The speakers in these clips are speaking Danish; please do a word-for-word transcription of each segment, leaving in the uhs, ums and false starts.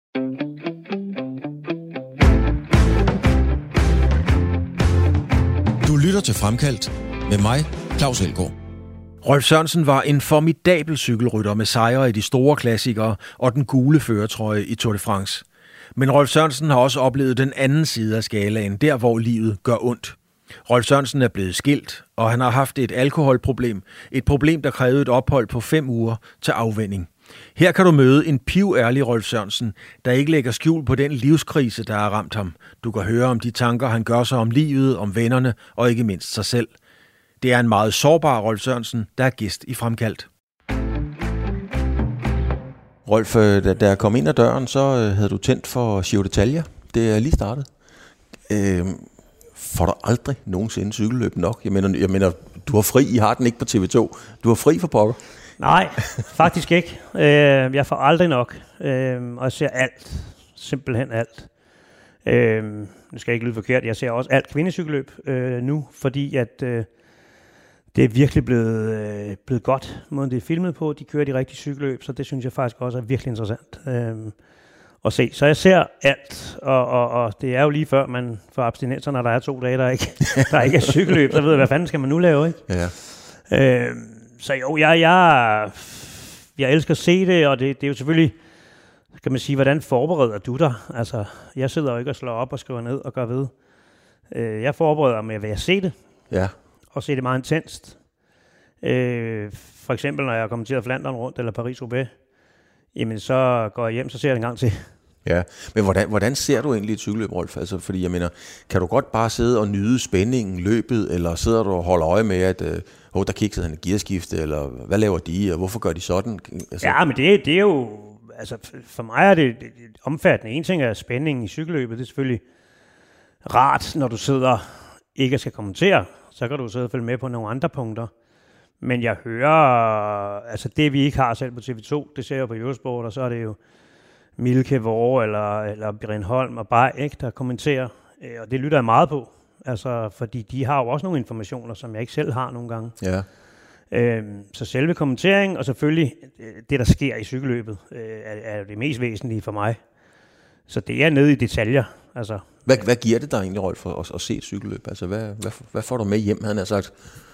Du lytter til Fremkaldt med mig, Claus Elgaard. Rolf Sørensen var en formidabel cykelrytter med sejre i de store klassikere og den gule førertrøje i Tour de France. Men Rolf Sørensen har også oplevet den anden side af skalaen, der hvor livet gør ondt. Rolf Sørensen er blevet skilt, og han har haft et alkoholproblem. Et problem, der krævede et ophold på fem uger til afvænning. Her kan du møde en piværlig Rolf Sørensen, der ikke lægger skjul på den livskrise, der har ramt ham. Du kan høre om de tanker, han gør sig om livet, om vennerne og ikke mindst sig selv. Det er en meget sårbar Rolf Sørensen, der er gæst i Fremkaldt. Rolf, da jeg kom ind ad døren, så havde du tændt for Giro d'Italia. Det er lige startet. Øh, får du aldrig nogensinde cykelløb nok? Jeg mener, jeg mener, du har fri. I har den ikke på T V to. Du har fri for pokker. Nej, faktisk ikke. Øh, jeg får aldrig nok. Øh, og jeg ser alt. Simpelthen alt. Øh, nu skal jeg ikke lyde forkert. Jeg ser også alt kvindecykelløb øh, nu, fordi at øh, det er virkelig blevet, øh, blevet godt, måden det er filmet på. De kører de rigtige cykelløb, så det synes jeg faktisk også er virkelig interessant øh, at se. Så jeg ser alt, og, og, og det er jo lige før man får abstinenser, når der er to dage, der ikke, der ikke er cykelløb. Så ved jeg, hvad fanden skal man nu lave, ikke? Ja. Øh, så jo, jeg, jeg, jeg elsker at se det, og det, det er jo selvfølgelig, kan man sige, hvordan forbereder du dig? Altså, jeg sidder jo ikke og slår op og skriver ned og gør ved. Øh, jeg forbereder mig ved at se det. Ja. Og se det meget intenst. Øh, for eksempel, når jeg har kommenteret Flandern rundt, eller Paris-Roubaix, jamen så går jeg hjem, så ser jeg det en gang til. Ja, men hvordan, hvordan ser du egentlig et cykelløb, Rolf? Altså, fordi jeg mener, kan du godt bare sidde og nyde spændingen, løbet, eller sidder du og holder øje med, at øh, oh, der kiksede han et gearskifte, eller hvad laver de, og hvorfor gør de sådan? Altså... Ja, men det, det er jo, altså for mig er det, det, det omfattende. En ting er spændingen i cykelløbet, det er selvfølgelig rart, når du sidder ikke skal kommentere, så kan du sidde og følge med på nogle andre punkter. Men jeg hører, altså det vi ikke har selv på T V to, det ser jeg på Eurosport, og så er det jo Milke, Vore eller, eller Brian Holm og Bay, ikke, der kommenterer. Og det lytter jeg meget på, altså, fordi de har jo også nogle informationer, som jeg ikke selv har nogle gange. Ja. Øhm, så selve kommenteringen, og selvfølgelig det, der sker i cykelløbet, øh, er, er det mest væsentlige for mig. Så det er nede i detaljer. Altså. Hvad, hvad giver det dig egentlig, Rolf, for at, at se et cykelløb? Altså, hvad, hvad, hvad får du med hjem, han har sagt?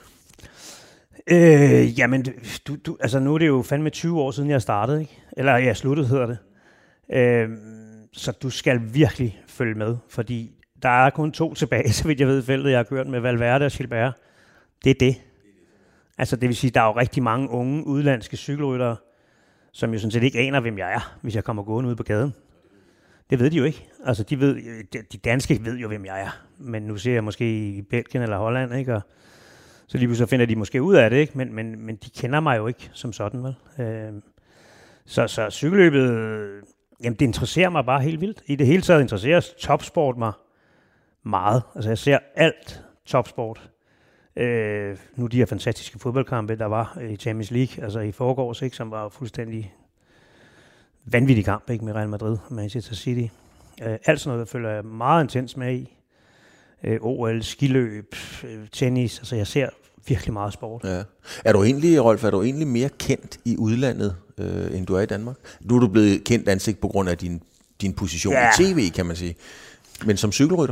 Øh, jamen, du, du, altså nu er det jo fandme tyve år siden, jeg startede, ikke? Eller jeg sluttede, hedder det. Øh, så du skal virkelig følge med, fordi der er kun to tilbage, så vidt jeg ved, feltet, jeg har kørt med Valverde og Gilbert. Det er det. Altså, det vil sige, der er jo rigtig mange unge, udlandske cykelryttere, som jo sådan set ikke aner, hvem jeg er, hvis jeg kommer gående ud på gaden. Det ved de jo ikke. Altså, de, ved, de danske ved jo, hvem jeg er. Men nu ser jeg måske i Belgien eller Holland, ikke? Og så lige så finder de måske ud af det, ikke? Men, men, men de kender mig jo ikke som sådan, vel? Øh, så, så cykelløbet, jamen det interesserer mig bare helt vildt. I det hele taget interesserer topsport mig meget. Altså, jeg ser alt topsport. Øh, nu de her fantastiske fodboldkampe, der var i Champions League, altså i forgårs, ikke? Som var fuldstændig vanvittig kamp, ikke, med Real Madrid og Manchester City. Øh, alt sådan noget følger jeg meget intens med i. Øh, O L, skiløb, øh, tennis, altså jeg ser virkelig meget sport. Ja. Er du egentlig, Rolf, er du egentlig mere kendt i udlandet, øh, end du er i Danmark? Nu er du blevet kendt ansigt på grund af din, din position ja. i T V, kan man sige. Men som cykelrytter?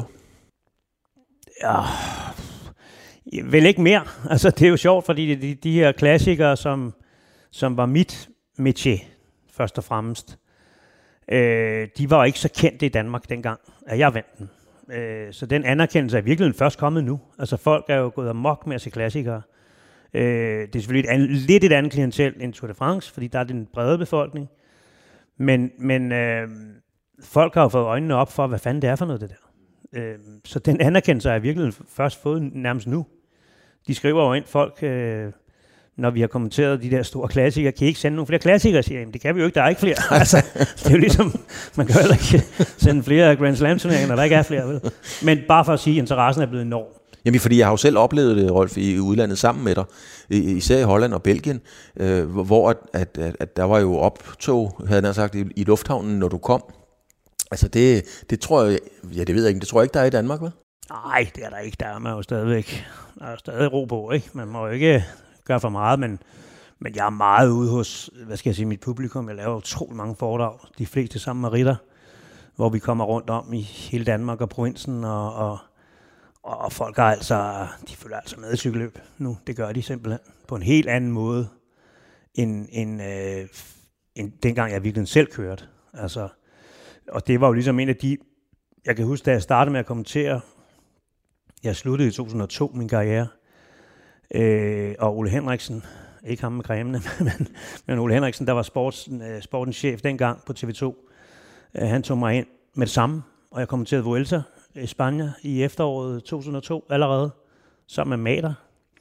Ja, vel ikke mere. Altså det er jo sjovt, fordi de, de her klassikere, som, som var mit métier, først og fremmest, øh, de var ikke så kendte i Danmark dengang, at jeg vandt den. Øh, så den anerkendelse er i virkeligheden først kommet nu. Altså folk er jo gået amok med at se klassikere. Øh, det er selvfølgelig et andet, lidt et andet klientel end Tour de France, fordi der er den brede befolkning. Men, men øh, folk har jo fået øjnene op for, hvad fanden det er for noget det der. Øh, så den anerkendelse er i virkeligheden først fået nærmest nu. De skriver jo ind folk... Øh, når vi har kommenteret de der store klassikere, kan I ikke sende nogle flere klassikere, siger jeg. Det kan vi jo ikke, der er ikke flere. Altså, det er jo ligesom, man kan jo heller ikke sende flere Grand Slam-turneringer, når der ikke er flere. Vel? Men bare for at sige, at interessen er blevet enorm. Jamen, fordi jeg har jo selv oplevet det, Rolf, i udlandet sammen med dig, især i Holland og Belgien, øh, hvor at, at, at, at der var jo optog, havde jeg sagt, i, i lufthavnen, når du kom. Altså, det, det tror jeg, ja, det ved jeg ikke, det tror jeg ikke, der er i Danmark, vel? Nej, det er der ikke. Der er man jo stadigvæk, der er jo stadig ro på, ikke? Man må jo ikke gøre for meget, men, men jeg er meget ude hos, hvad skal jeg sige, mit publikum. Jeg laver utrolig mange foredrag, de fleste sammen med ritter. hvor vi kommer rundt om i hele Danmark og provinsen, og, og, og folk er altså, de følger altså med i cykelløb nu. Det gør de simpelthen på en helt anden måde, end, end, øh, end dengang jeg virkelig selv kørte. Altså, og det var jo ligesom en af de, jeg kan huske, da jeg startede med at kommentere, jeg sluttede i to tusind og to min karriere, øh, og Ole Henriksen, ikke ham med cremene, men, men Ole Henriksen, der var sports, øh, sportens chef dengang på T V to, øh, han tog mig ind med det samme, og jeg kommenterede Vuelta i Spanien i efteråret to tusind og to allerede, sammen med Mader.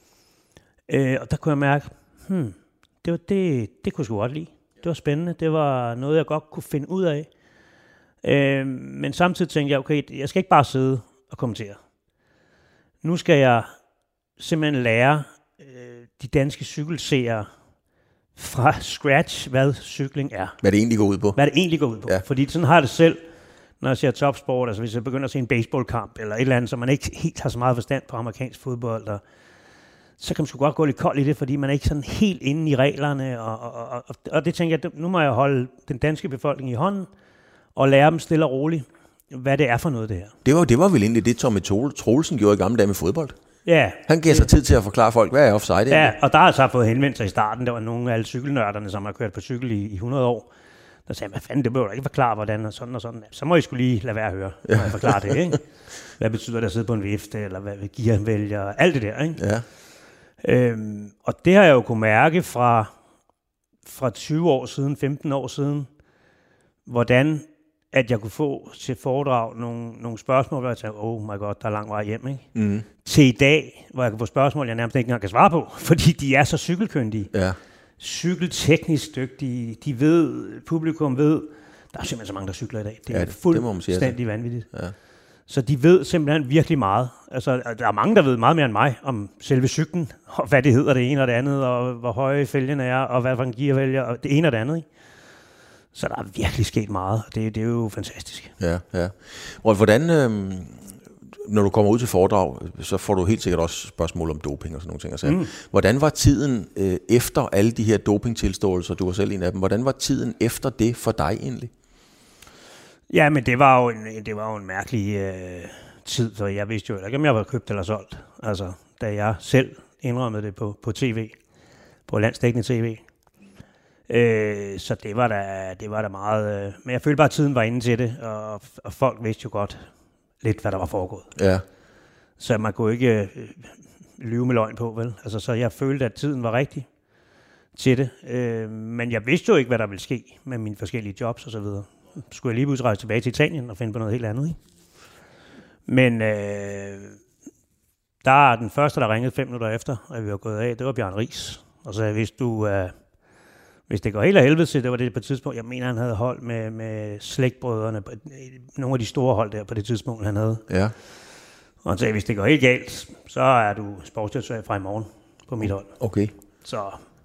Øh, og der kunne jeg mærke, hmm, det, var det, det kunne jeg sgu godt lide. Det var spændende, det var noget, jeg godt kunne finde ud af. Øh, men samtidig tænkte jeg, okay, jeg skal ikke bare sidde og kommentere. Nu skal jeg simpelthen lære øh, de danske cykelseere fra scratch, hvad cykling er. Hvad det egentlig går ud på. Hvad det egentlig går ud på. Ja. Fordi sådan har jeg det selv, når jeg ser topsport, altså hvis jeg begynder at se en baseballkamp, eller et eller andet, så man ikke helt har så meget forstand på amerikansk fodbold, og så kan man sgu godt gå lidt kold i det, fordi man er ikke sådan helt inde i reglerne, og, og, og, og, og det tænker jeg, nu må jeg holde den danske befolkning i hånden, og lære dem stille og roligt, hvad det er for noget, det her. Det var, det var vel egentlig det, Tommy Troelsen gjorde i gamle dage med fodbold. Ja. Han gav sig tid til at forklare folk, hvad er offside egentlig? Ja, og der har jeg så fået henvendt sig i starten. Der var nogle af alle cykelnørderne, som har kørt på cykel i, i hundrede år. Der sagde, hvad fanden, det behøver du ikke forklare, hvordan og sådan og sådan. Så må I skulle lige lade være at høre, når jeg forklarer det, ikke? Hvad betyder det at sidde på en vifte, eller hvad gear han vælger, alt det der, ikke? Ja. Øhm, og det har jeg jo kunne mærke fra, fra tyve år siden, femten år siden, hvordan at jeg kunne få til foredrag nogle, nogle spørgsmål, hvor jeg tænkte, oh my god, der er lang vej hjem, ikke? Mm. Til i dag, hvor jeg kan få spørgsmål, jeg nærmest ikke engang kan svare på, fordi de er så cykelkyndige. Ja. Cykelteknisk dygtige, de ved, publikum ved, der er simpelthen så mange, der cykler i dag. Det er ja, det, fuldstændig vanvittigt. Ja. Så de ved simpelthen virkelig meget. Altså, der er mange, der ved meget mere end mig om selve cyklen, og hvad det hedder det ene og det andet, og hvor høje fælgene er, og hvad for en gear vælger, og det ene og det andet, ikke? Så der er virkelig sket meget, og det, det er jo fantastisk. Ja, ja. Og hvordan, øhm, når du kommer ud til foredrag, så får du helt sikkert også spørgsmål om doping og sådan nogle ting. Altså, mm. Hvordan var tiden øh, efter alle de her dopingtilståelser, du var selv en af dem, hvordan var tiden efter det for dig egentlig? Ja, men det var jo en, det var jo en mærkelig øh, tid, så jeg vidste jo ikke, om jeg var købt eller solgt. Altså, da jeg selv indrømmede det på, på tv, på landsdækkende tv. Øh, så det var da, det var da meget... Øh, men jeg følte bare, at tiden var inde til det, og, og folk vidste jo godt lidt, hvad der var foregået. Ja. Så man kunne ikke øh, lyve med løgn på, vel? Altså, så jeg følte, at tiden var rigtig til det. Øh, men jeg vidste jo ikke, hvad der ville ske med mine forskellige jobs og så videre. Skulle jeg lige pludselig rejse tilbage til Italien og finde på noget helt andet, ikke? Men øh, der er den første, der ringede fem minutter efter, og vi var gået af, det var Bjørn Riis. Og så sagde, hvis du... Øh, Hvis det går helt af helvede til, det var det på et tidspunkt, jeg mener, han havde hold med, med slægtbrødrene, nogle af de store hold der på det tidspunkt, han havde. Ja. Og han sagde, hvis det går helt galt, så er du sportsdirektør fra i morgen på mit hold. Okay. Så,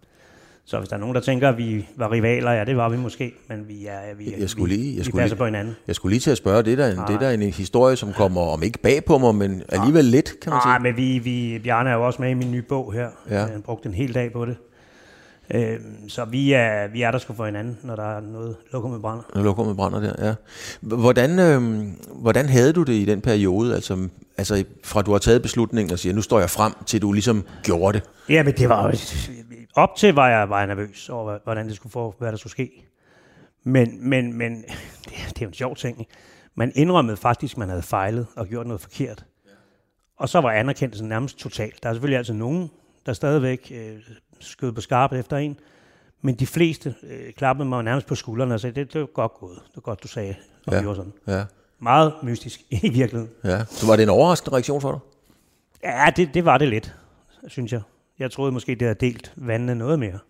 så hvis der er nogen, der tænker, at vi var rivaler, ja, det var vi måske, men vi, er, vi, jeg skulle lige, jeg vi skulle passer lige, på hinanden. Jeg skulle lige til at spørge, det der, det der er en historie, som kommer, om ikke bag på mig, men alligevel lidt, kan man sige. Nej, men vi, vi, Bjarne er jo også med i min nye bog her. Ja. Han brugte en hel dag på det. Øh, så vi er, vi er der sgu for hinanden, når der er noget lokummet brænder. Når lokummet brænder der, ja. Hvordan, øh, hvordan havde du det i den periode, altså, altså fra du har taget beslutningen og siger, nu står jeg frem, til du ligesom gjorde det? Ja, men det var op til, var jeg, var jeg nervøs over, hvordan det skulle få, hvad der skulle ske. Men, men, men det, det er jo en sjov ting. Man indrømmede faktisk, at man havde fejlet og gjort noget forkert. Og så var anerkendelsen nærmest total. Der er selvfølgelig altså nogen, der stadigvæk øh, skød på skarpet efter en, men de fleste øh, klappede mig nærmest på skuldrene og sagde, det, det var godt gået, det var godt, du sagde, og ja. gjorde sådan. Ja. Meget mystisk i virkeligheden. Ja. Så var det en overraskende reaktion for dig? Ja, det, det var det lidt, synes jeg. Jeg troede måske, det havde delt vandene noget mere.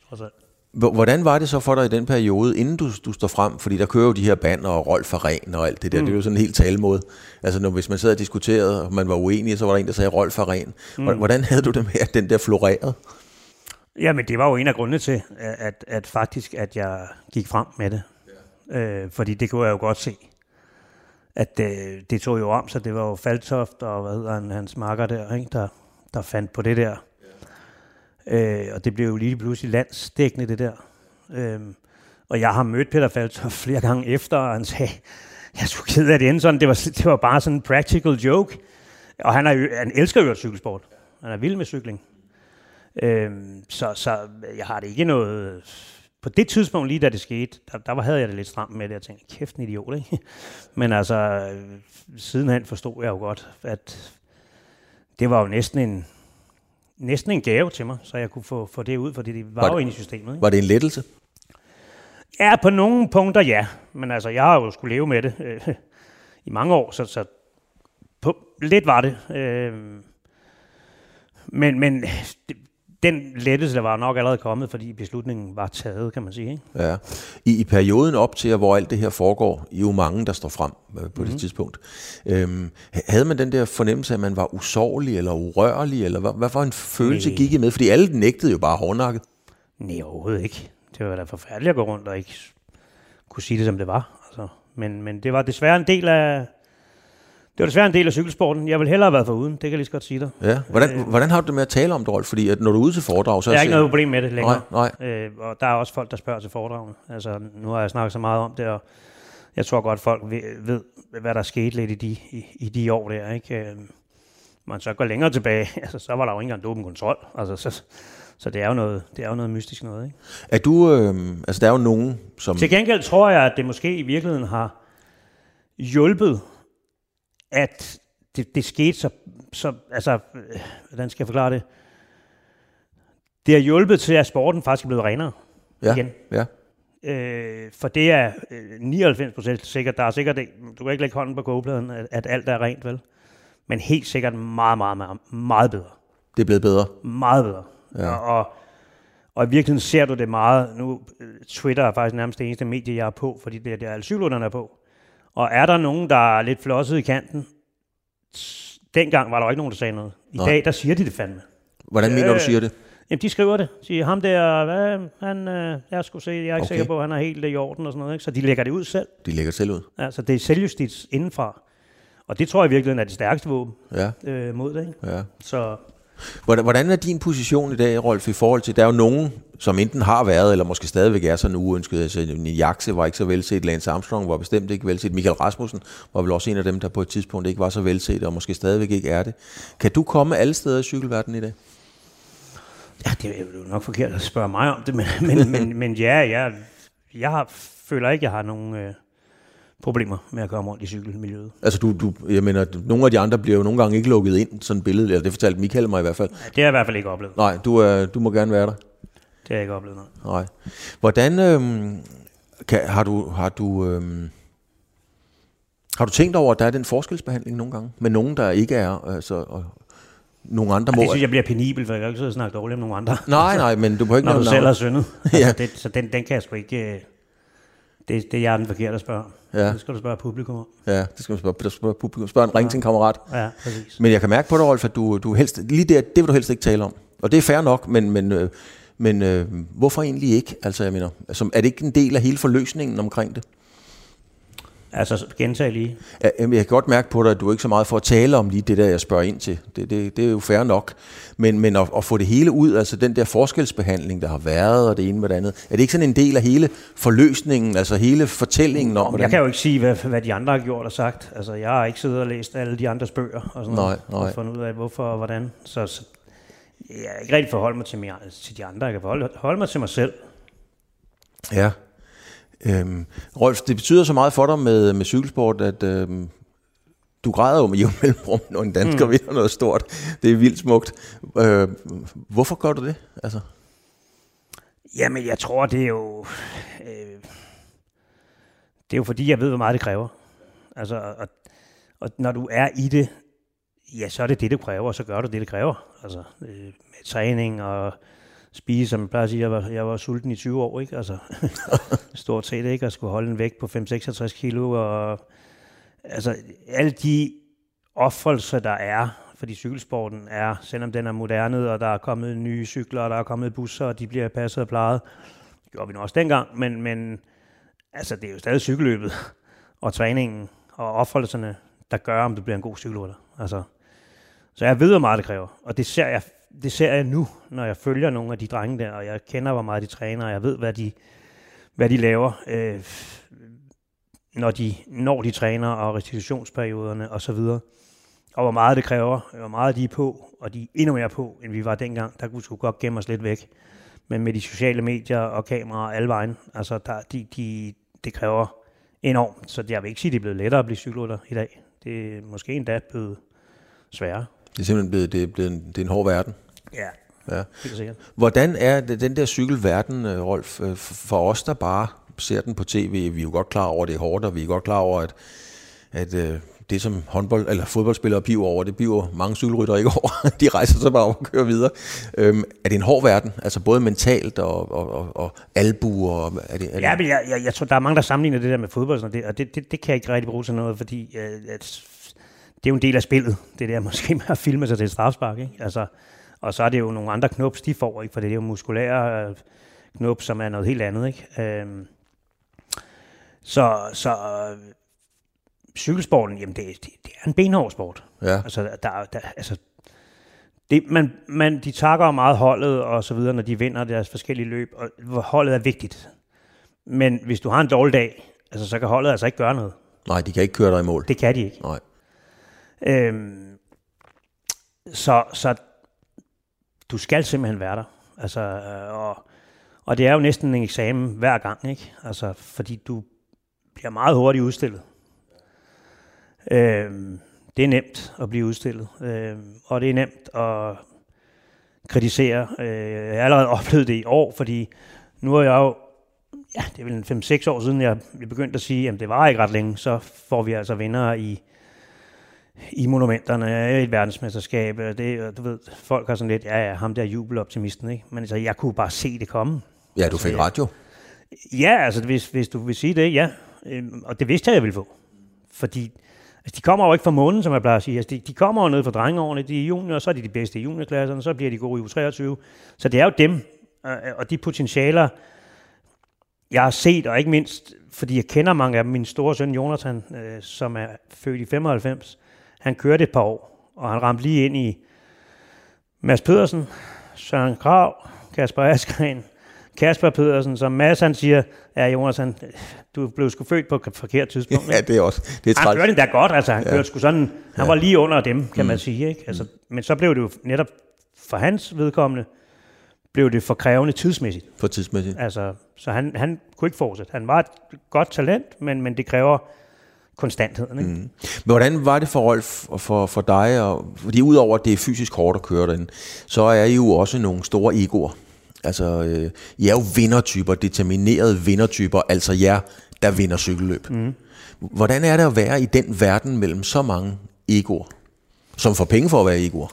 Hvordan var det så for dig i den periode, inden du, du står frem? Fordi der kører jo de her bander og Rolf Aren og alt det der. Mm. Det er jo sådan en helt talemåde. Altså når, hvis man sad og diskuterede, og man var uenig, så var der en, der sagde Rolf Aren. Mm. Hvordan havde du det med, at den der florerede? Jamen det var jo en af grundene til, at, at, at faktisk, at jeg gik frem med det. Ja. Øh, fordi det kunne jeg jo godt se. At øh, det tog jo om, så det var jo Faltoft og hvad hedder han, hans makker der, ikke? Der, der fandt på det der. Øh, og det blev jo lige pludselig landsdækkende, det der. Øh, og jeg har mødt Peter Faltoft flere gange efter, og han sagde, Jeg er sgu ked af det endte sådan. Det var, det var bare sådan en practical joke. Og han, er, han elsker jo cykelsport. Han er vild med cykling. Øhm, så, så jeg har det ikke noget... På det tidspunkt, lige da det skete, der, der havde jeg det lidt stramt med det. Jeg tænkte, kæft en idiot, ikke? Men altså, sidenhen forstod jeg jo godt, at det var jo næsten en, næsten en gave til mig, så jeg kunne få, få det ud, fordi det var, var det, jo inde i systemet. Ikke? Var det en lettelse? Ja, på nogle punkter ja. Men altså, jeg har jo skulle leve med det øh, i mange år, så, så på, lidt var det. Øh, men men det, den lettelse, der var nok allerede kommet, fordi beslutningen var taget, kan man sige. Ikke? Ja. I, I perioden op til, hvor alt det her foregår, I er jo mange, der står frem øh, på mm-hmm. det tidspunkt. Øhm, havde man den der fornemmelse, at man var usårlig eller urørlig, eller hvad, hvad for en følelse nee. gik I med? Fordi alle nægtede jo bare hårdnakket. Nej, overhovedet ikke. Det var da forfærdeligt at gå rundt og ikke kunne sige det, som det var. Altså, men, men det var desværre en del af... Det var desværre en del af cykelsporten. Jeg ville hellere have været foruden, det kan jeg lige så godt sige dig. Ja. Hvordan, øh, hvordan har du det med at tale om det, Rolf? Fordi at når du er ude til foredrag, så... Jeg har ikke noget problem med det længere. Nej, nej. Øh, og der er også folk, der spørger til foredragene. Altså, nu har jeg snakket så meget om det, og jeg tror godt, folk ved, ved hvad der skete lidt i de, i, i de år der. Ikke? Øh, man så går længere tilbage, altså, så var der jo ikke engang dopingkontrol. Altså, så, så det er jo noget, det er jo noget mystisk noget. Ikke? Er du... Øh, altså, der er jo nogen, som... Til gengæld tror jeg, at det måske i virkeligheden har hjulpet, at det, det skete så, så, altså, hvordan skal jeg forklare det? Det har hjulpet til, at sporten faktisk er blevet renere ja, igen. Ja. Øh, for det er nioghalvfems procent sikkert, der er sikkert, du kan ikke lægge hånden på kogepladen, at, at alt er rent, vel? Men helt sikkert meget, meget, meget, meget bedre. Det er blevet bedre? Meget bedre. Ja. Og, og, og i virkeligheden ser du det meget, nu Twitter er faktisk nærmest det eneste medie, jeg er på, fordi det er der alle cykelrytterne er på. Og er der nogen, der er lidt flosset i kanten, dengang var der jo ikke nogen, der sagde noget. I Nej. dag, der siger de det fandme. Hvordan mener øh, du, siger det? Jamen, de skriver det. De siger, ham der, hvad, han, øh, jeg skulle se, jeg er ikke okay. sikker på, at han er helt i orden og sådan noget. Ikke? Så de lægger det ud selv. De lægger det selv ud? Altså, det er selvjustits indenfra. Og det tror jeg virkelig er det stærkeste våben ja. øh, mod det. Ikke? Ja. Så... Hvordan er din position i dag, Rolf, i forhold til, der er jo nogen, som enten har været, eller måske stadigvæk er sådan uønsket. Altså, Niakse var ikke så velset, Lance Armstrong var bestemt ikke velset, Michael Rasmussen var vel også en af dem, der på et tidspunkt ikke var så velset, og måske stadigvæk ikke er det. Kan du komme alle steder i cykelverdenen i dag? Ja, det er jo nok forkert at spørge mig om det, men, men, men, men ja, jeg, jeg har, føler ikke, jeg har nogen... Øh problemer med at komme rundt i cykelmiljøet. Altså du, du, jeg mener, nogle af de andre bliver jo nogle gange ikke lukket ind, sådan et billede, eller det fortalte Michael mig i hvert fald. Ja, det har jeg i hvert fald ikke oplevet. Nej, du, er, du må gerne være der. Det har jeg ikke oplevet, nej. Nej. Hvordan, øhm, kan, har du, har du, øhm, har du tænkt over, at der er den forskelsbehandling nogle gange, med nogen, der ikke er, altså, og nogle andre ja, må... Det synes jeg bliver penibel, for jeg kan ikke sidde og snakke dårligt om nogle andre. Nej, nej, men du må ikke... Når du selv har syndet. Ja. Altså, det, så den, den kan jeg sgu ikke... Det, det er jeg den forkerte at spørge. Ja. Det skal du spørge publikum om. Ja, det skal du spørge, du spørge publikum. Spørg en ring ja. til en kammerat. Ja, præcis. Men jeg kan mærke på dig, Rolf, at du, du helst, lige der, det vil du helst ikke tale om. Og det er fair nok, men, men, øh, men øh, hvorfor egentlig ikke? Altså, jeg mener, altså, er det ikke en del af hele forløsningen omkring det? Altså, gentag lige. Ja, jeg kan godt mærke på dig, at du er ikke så meget for at tale om lige det der, jeg spørger ind til. Det, det, det er jo fair nok. Men, men at, at få det hele ud, altså den der forskelsbehandling, der har været, og det ene med det andet, er det ikke sådan en del af hele forløsningen, altså hele fortællingen om, hvordan... Jeg kan jo ikke sige, hvad, hvad de andre har gjort og sagt. Altså, jeg har ikke siddet og læst alle de andres bøger og sådan noget, nej, nej. og fundet ud af, hvorfor og hvordan. Så, så jeg er ikke rigtig forholdt mig til, mig, til de andre. Jeg kan forholde, forholde mig til mig selv. Ja. Øhm, Rolf, det betyder så meget for dig med, med cykelsport, at øhm, du græder jo med jævn mellemrum, når en dansker mm. vinder noget stort. Det er vildt smukt. Øh, hvorfor gør du det? Altså? Jamen, jeg tror, det er jo... Øh, det er jo fordi, jeg ved, hvor meget det kræver. Altså, og, og når du er i det, ja, så er det det, det kræver, og så gør du det, det kræver. Altså, øh, med træning og... spise, som jeg plejer at sige, jeg var, jeg var sulten i tyve år, ikke? Altså, stort set, ikke? At skulle holde en vægt på fem til seksogtres kilo, og altså, alle de ofrelser, der er, fordi cykelsporten er, selvom den er moderne, og der er kommet nye cykler, og der er kommet busser, og de bliver passet og plejet, det gjorde vi nu også dengang, men, men altså, det er jo stadig cykelløbet, og træningen, og ofrelserne, der gør, om du bliver en god cykelrytter. Altså, så jeg ved, hvor meget det kræver, og det ser jeg Det ser jeg nu, når jeg følger nogle af de drenge der, og jeg kender, hvor meget de træner, og jeg ved, hvad de, hvad de laver. Øh, når de, når de træner, og restitutionsperioderne osv., og hvor meget det kræver, hvor meget de er på, og de er endnu mere på, end vi var dengang. Der kunne vi godt gemme os lidt væk. Men med de sociale medier og kameraer alle vejen, altså der, de, de, det kræver enormt. Så jeg vil ikke sige, at det er blevet lettere at blive cykelrytter i dag. Det er måske endda blevet sværere. Det er simpelthen blevet, det er blevet en, det er en hård verden. Ja, ja. Helt sikkert. Hvordan er det, den der cykelverden, Rolf, for os, der bare ser den på tv? Vi er jo godt klar over, at det er hårdt, og vi er godt klar over, at, at det som håndbold eller fodboldspillere piver over, det piver mange cykelrytter ikke over. De rejser sig bare over og kører videre. Øhm, er det en hård verden? Altså både mentalt og, og, og, og albuer? Og er det, er det... Ja, men jeg, jeg, jeg tror, der er mange, der sammenligner det der med fodbold, og det, og det, det, det kan jeg ikke rigtig bruge til noget, fordi øh, at, det er jo en del af spillet, det der måske med at filme sig til et strafspark, ikke? Altså, og så er det jo nogle andre knops, de får, ikke? For det er jo muskulære øh, knop, som er noget helt andet, ikke? Øhm, så så øh, cykelsporten, jamen det, det, det er en benhård sport. Ja. Altså, der, der, altså det, man, man, de takker meget holdet og så videre, når de vinder deres forskellige løb, og holdet er vigtigt. Men hvis du har en dårlig dag, altså, så kan holdet altså ikke gøre noget. Nej, de kan ikke køre dig i mål. Det kan de ikke. Nej. Øhm, så, så du skal simpelthen være der. Altså, og, og det er jo næsten en eksamen hver gang, ikke? Altså, fordi du bliver meget hurtigt udstillet. Øhm, det er nemt at blive udstillet, øhm, og det er nemt at kritisere. Øh, jeg har allerede oplevet det i år, fordi nu er jeg jo, ja, det er vel fem seks år siden, jeg begyndte at sige, at det var ikke ret længe, så får vi altså vindere i, i monumenterne, i et verdensmesterskab. Det, du ved, folk har sådan lidt, ja, ja, ham der jubeloptimisten, ikke? Men altså, jeg kunne bare se det komme. Ja, du fik altså, ret jo. Ja, altså, hvis, hvis du vil sige det, ja. Øhm, og det vidste jeg, jeg ville få. Fordi altså, de kommer jo ikke fra månen, som jeg plejer at sige. Altså, de, de kommer jo ned fra drengeårene, de er junior, så er de de bedste i juniorklasserne, så bliver de gode i U treogtyve. Så det er jo dem, og de potentialer, jeg har set, og ikke mindst, fordi jeg kender mange af dem. Min store søn Jonathan, øh, som er født i femoghalvfems, han kørte et par år, og han ramte lige ind i Mads Pedersen, Søren Krav, Kasper Askren, Kasper Pedersen, som Mads han siger, ja Jonathan, du blev sgu født på et forkert tidspunkt. Ja, det er også. Det er han kørte det da godt, altså han ja. kørte sgu sådan, han ja. var lige under dem, kan mm. man sige, ikke? Altså, mm. Men så blev det jo netop for hans vedkommende, blev det for krævende tidsmæssigt. For tidsmæssigt. Altså, så han, han kunne ikke fortsætte. Han var et godt talent, men, men det kræver konstantheden. Ikke? Mm. Hvordan var det for Rolf og for, for dig? Og, fordi udover at det er fysisk hårdt at køre den, så er I jo også nogle store egoer. Altså, øh, I er jo vindertyper, determinerede vindertyper, altså jer, der vinder cykelløb. Mm. Hvordan er det at være i den verden mellem så mange egoer, som får penge for at være egoer?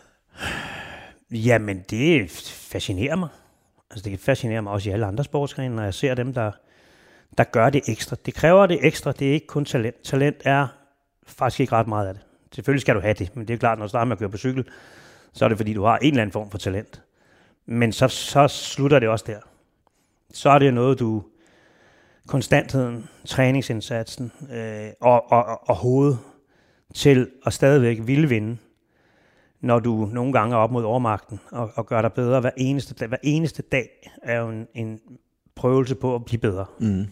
Jamen, det fascinerer mig. Altså, det fascinerer mig også i alle andre sportsgrene, når jeg ser dem, der, der gør det ekstra. Det kræver det ekstra, det er ikke kun talent. Talent er faktisk ikke ret meget af det. Selvfølgelig skal du have det, men det er klart, når du starter med at køre på cykel, så er det fordi, du har en eller anden form for talent. Men så, så slutter det også der. Så er det noget, du... konstantheden, træningsindsatsen øh, og, og, og hovedet til at stadigvæk ville vinde, når du nogle gange er op mod overmagten og, og gør dig bedre hver eneste dag. Hver eneste dag er jo en, en prøvelse på at blive bedre. Mm.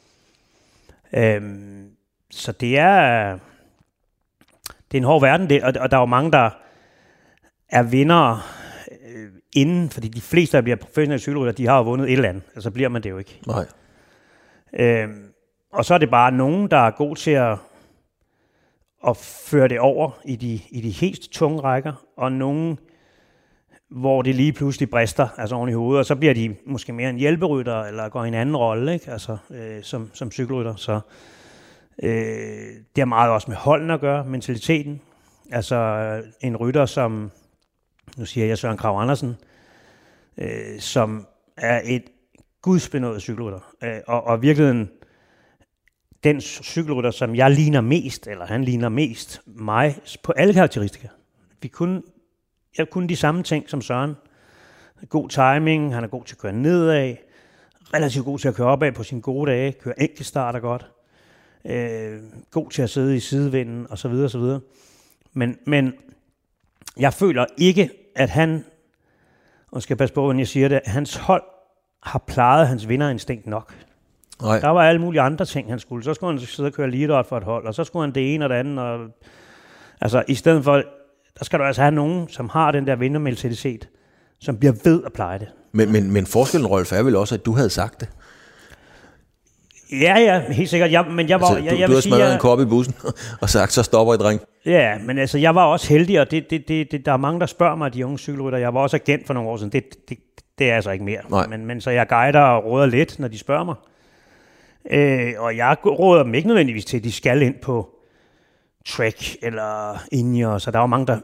Øhm, så det er, det er en hård verden, det, og, og der er jo mange, der er vindere øh, inden, fordi de fleste, der bliver professionelle cykelryttere, de har jo vundet et eller andet, og så bliver man det jo ikke. Nej. Øhm, og så er det bare nogen, der er god til at, at føre det over i de, i de helt tunge rækker, og nogen, hvor det lige pludselig brister, altså oven i hovedet, og så bliver de måske mere en hjælperytter, eller går i en anden rolle, ikke? Altså, øh, som, som cykelrytter. Så øh, det har meget også med holden at gøre, mentaliteten. Altså en rytter som, nu siger jeg Søren Kragh Andersen, øh, som er et gudsbenådet cykelrytter, øh, og, og virkeligheden den cykelrytter, som jeg ligner mest, eller han ligner mest mig, på alle karakteristika. Vi kunne, jeg kunne de samme ting som Søren. God timing, han er god til at køre nedad, relativt god til at køre opad på sine gode dage, køre enkeltstarter godt, øh, god til at sidde i sidevinden, og så videre, og så videre. Men, men jeg føler ikke, at han, og skal passe på, hvordan jeg siger det, hans hold har plejet hans vinderinstinkt nok. Nej. Der var alle mulige andre ting, han skulle. Så skulle han sidde og køre lead for et hold, og så skulle han det ene og det andet. Og, altså, i stedet for, der skal du altså have nogen, som har den der vindermentalitet, som bliver ved at pleje det. Men, men, men forskellen, Rolf, er vel også, at du havde sagt det? Ja, ja, helt sikkert. Jeg, men jeg var, altså, jeg, du, jeg du har sige, smadret jeg, en kop i bussen og sagt, så stopper I, dreng. Ja, men altså, jeg var også heldig, og det, det, det, det, der er mange, der spørger mig, de unge cykelrytter. Jeg var også agent for nogle år siden. Det, det, det er altså ikke mere. Men, men så jeg guider og råder lidt, når de spørger mig. Øh, og jeg råder dem ikke nødvendigvis til, at de skal ind på Trek eller Inja. Så der er jo mange, der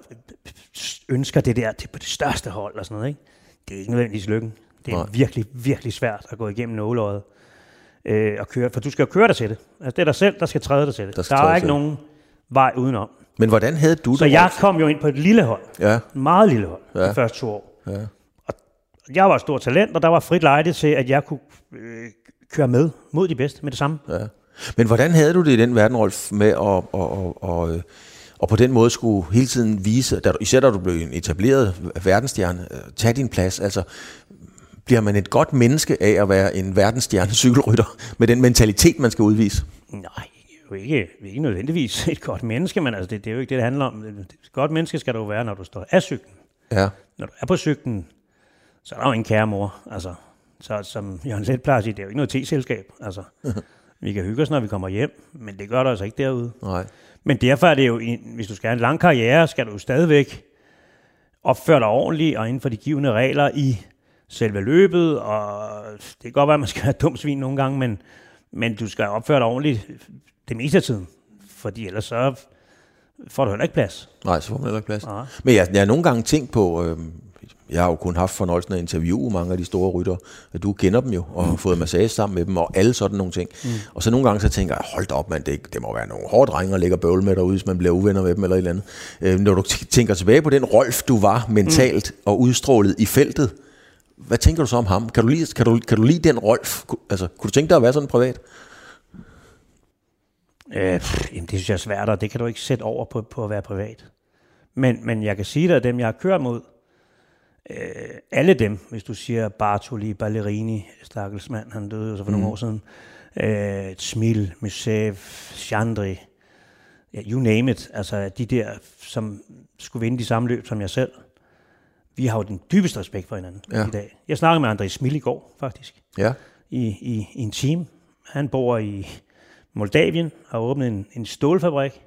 ønsker det der til på det største hold og sådan noget. Ikke? Det er ikke nødvendigvis lykken. Det er Nej. virkelig, virkelig svært at gå igennem nåleøjet. Øh, at køre, for du skal jo køre dig til det. Altså, det er dig selv, der skal træde dig til det. Der, der er ikke nogen vej udenom. Men hvordan havde du det? Så jeg kom jo ind på et lille hold. Ja. Et meget lille hold. Ja. De første to år. Ja. Og jeg var et stort talent, og der var frit lejde til, at jeg kunne øh, køre med mod de bedste med det samme. Ja. Men hvordan havde du det i den verden, Rolf, med at og, og, og, og på den måde skulle hele tiden vise, da du, især da du blev en etableret verdensstjerne, tage din plads, altså bliver man et godt menneske af at være en verdensstjerne cykelrytter med den mentalitet, man skal udvise? Nej, jo ikke, ikke nødvendigvis et godt menneske, men altså det, det er jo ikke det, det handler om. Et godt menneske skal du være, når du står af cyklen. Ja. Når du er på cyklen, så er der jo en kære mor. Altså, så, som Jørgen Leth plejer at sige, det er jo ikke noget te-selskab. Altså, vi kan hygge os, når vi kommer hjem, men det gør der altså ikke derude. Nej. Men derfor er det jo, hvis du skal have en lang karriere, skal du jo stadigvæk opføre dig ordentligt og inden for de givne regler i selve løbet, og det kan godt være, at man skal have dumt svin nogle gange, men, men du skal opføre dig ordentligt det meste af tiden, fordi ellers så får du heller ikke plads. Nej, så får man heller ikke plads. Ja. Men jeg, jeg har nogle gange tænkt på, øh, jeg har jo kun haft fornøjelsen af at interviewe mange af de store rytter, du kender dem jo, og har fået massage sammen med dem, og alle sådan nogle ting. Mm. Og så nogle gange så tænker jeg, hold da op mand, det, det må være nogle hårde drenge, der ligger bøvl med derude, hvis man bliver uvenner med dem eller et eller andet. Øh, når du tænker tilbage på den Rolf, du var mentalt mm. og udstrålet i feltet, hvad tænker du så om ham? Kan du lide, kan du, kan du lide den Rolf? Altså, kunne du tænke dig at være sådan privat? Øh, pff, jamen, det synes jeg er svært, og det kan du ikke sætte over på, på at være privat. Men, men jeg kan sige dig, at dem, jeg har kørt mod, øh, alle dem, hvis du siger Bartoli, Ballerini, stakkels mand, han døde jo så for mm. nogle år siden, øh, Smil, Musev, Chandri, ja, you name it, altså de der, som skulle vinde de samme løb som jeg selv. Vi har jo den dybeste respekt for hinanden ja. i dag. Jeg snakkede med André Smil i går, faktisk, ja. i, i, i en team. Han bor i Moldavien, har åbnet en, en stålfabrik,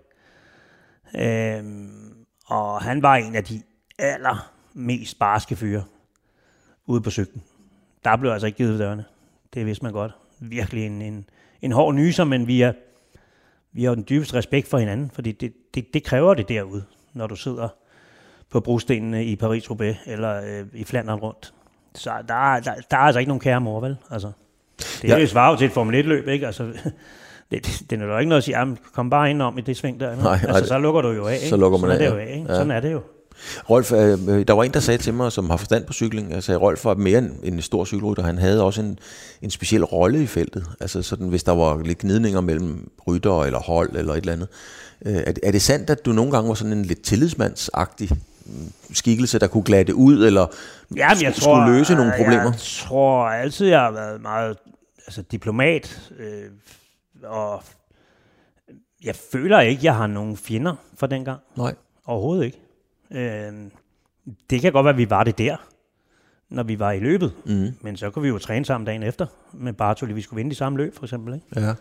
øhm, og han var en af de allermest barske fyre ude på cyklen. Der blev altså ikke givet dørene. Det vidste man godt. Virkelig en, en, en hård nyser, men vi har vi har den dybeste respekt for hinanden, fordi det, det, det kræver det derude, når du sidder på brostenene i Paris-Roubaix eller øh, i Flandern rundt. Så der, der, der er altså ikke nogen kære mor, vel? Altså, det er ja. jo svaret til et Formel et-løb, ikke? Altså, det, det, det er jo ikke noget at sige, jamen, kom bare ind om i det sving der. Nej, altså, nej, så lukker du jo af, ikke? Så lukker man Sådan af, er det jo af, ikke? Ja. Sådan er det jo. Rolf, øh, der var en, der sagde til mig, som har forstand på cykling, altså Rolf var mere end en stor cykelrytter, han havde også en, en speciel rolle i feltet, altså sådan, hvis der var lidt gnidninger mellem rytter eller hold eller et eller andet. Øh, er, er det sandt, at du nogle gange var sådan en lidt tillidsmandsagtig skikkelse, der kunne glatte ud, eller Jamen, jeg sk- tror, skulle løse nogle problemer? Jeg tror altid, jeg har været meget altså, diplomat, øh, og jeg føler ikke, jeg har nogen fjender for dengang. Nej. Overhovedet ikke. Øh, det kan godt være, at vi var det der, når vi var i løbet. Mm. Men så kunne vi jo træne sammen dagen efter, med Bartoli, vi skulle vinde de samme løb, for eksempel. Ikke? Ja.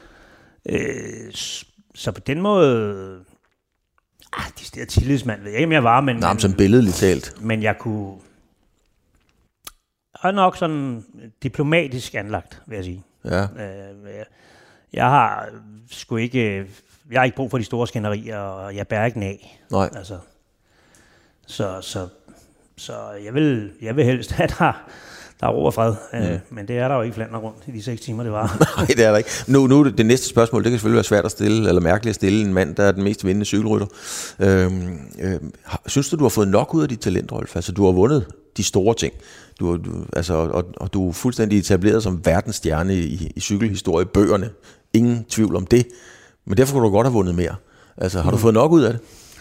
Øh, så på den måde... Ah, de steder tillidsmand ved jeg ikke, om jeg var, men... Nej, men som billedligt talt. Men jeg kunne... Jeg er nok sådan diplomatisk anlagt, vil jeg sige. Ja. Øh, jeg, jeg har sgu ikke... Jeg har ikke brug for de store skænderier, og jeg bærer ikke af. Nej. Altså, så, så, så jeg, vil, jeg vil helst have, der, der er ro og fred. Mm. Øh, men det er der jo ikke Flandern rundt i de seks timer, det var. Nej, det er der ikke. Nu, nu det næste spørgsmål, det kan selvfølgelig være svært at stille, eller mærkeligt at stille en mand, der er den mest vindende cykelrytter. Øhm, øh, synes du, du har fået nok ud af dit talent, Rolf? Altså, du har vundet de store ting. Du, du, altså, og, og du er fuldstændig etableret som verdensstjerne i, i cykelhistorie, bøgerne. Ingen tvivl om det. Men derfor kunne du godt have vundet mere. Altså, har mm. du fået nok ud af det?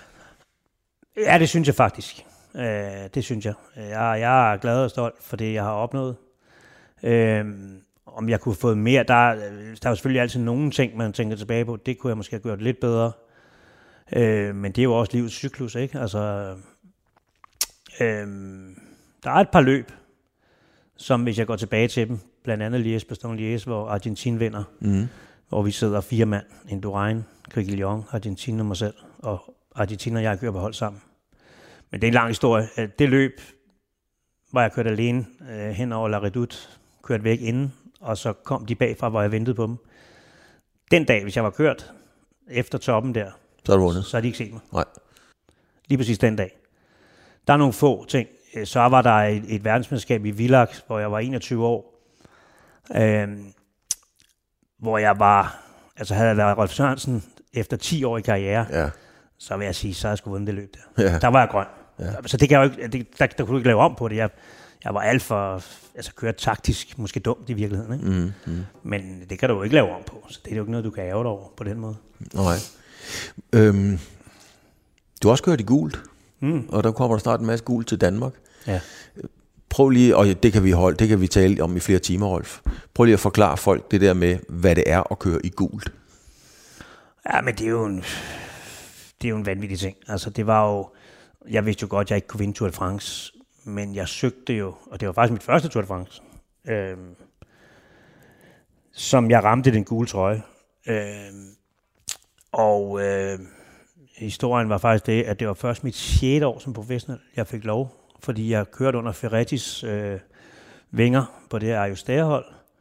Ja, det synes jeg faktisk. Øh, det synes jeg. jeg. Jeg er glad og stolt for det, jeg har opnået. Øh, om jeg kunne have fået mere. Der, der er jo selvfølgelig altid nogle ting, man tænker tilbage på. Det kunne jeg måske have gjort lidt bedre. Øh, men det er jo også livets cyklus, ikke? Altså, øh, der er et par løb, som hvis jeg går tilbage til dem, blandt andet Liège-Bastogne-Liège, hvor Argentin vinder, mm. hvor vi sidder fire mand, Indurain, Quiquillon, Argentin og mig selv, og Argentin og jeg kører på hold sammen. Men det er en lang historie. Det løb, hvor jeg kørte alene øh, hen over La Redoute, kørte væk inden, og så kom de bagfra, hvor jeg ventede på dem. Den dag, hvis jeg var kørt efter toppen der, så har du vundet. Så har de ikke set mig. Nej. Lige præcis den dag. Der er nogle få ting. Så var der et, et verdensmesterskab i Villach, hvor jeg var enogtyve år. Øh, hvor jeg var, altså havde jeg været Rolf Sørensen efter ti år i karriere, ja. så vil jeg sige, så har jeg sgu vundet det løb der. Ja. Der var jeg grøn. Ja. Så det kan jeg jo ikke, det, der, der kunne du ikke lave om på det. Jeg, jeg var alt for, altså kørt taktisk, måske dumt i virkeligheden, ikke? Mm, mm. Men det kan du jo ikke lave om på, så det er jo ikke noget, du kan ærge dig over på den måde. Nej. Øhm, du har også kørt i gult, mm. og der kommer der snart en masse gult til Danmark. Ja. Prøv lige, og det kan vi holde, det kan vi tale om i flere timer, Rolf. Prøv lige at forklare folk det der med, hvad det er at køre i gult. Ja, men det er jo en, det er jo en vanvittig ting. Altså, det var jo, jeg vidste jo godt, at jeg ikke kunne vinde Tour de France, men jeg søgte jo, og det var faktisk mit første Tour de France, øh, som jeg ramte den gule trøje. Øh, og øh, historien var faktisk det, at det var først mit sjette år som professionel, jeg fik lov, fordi jeg kørte under Ferrettis øh, vinger på det her Ajustære-hold.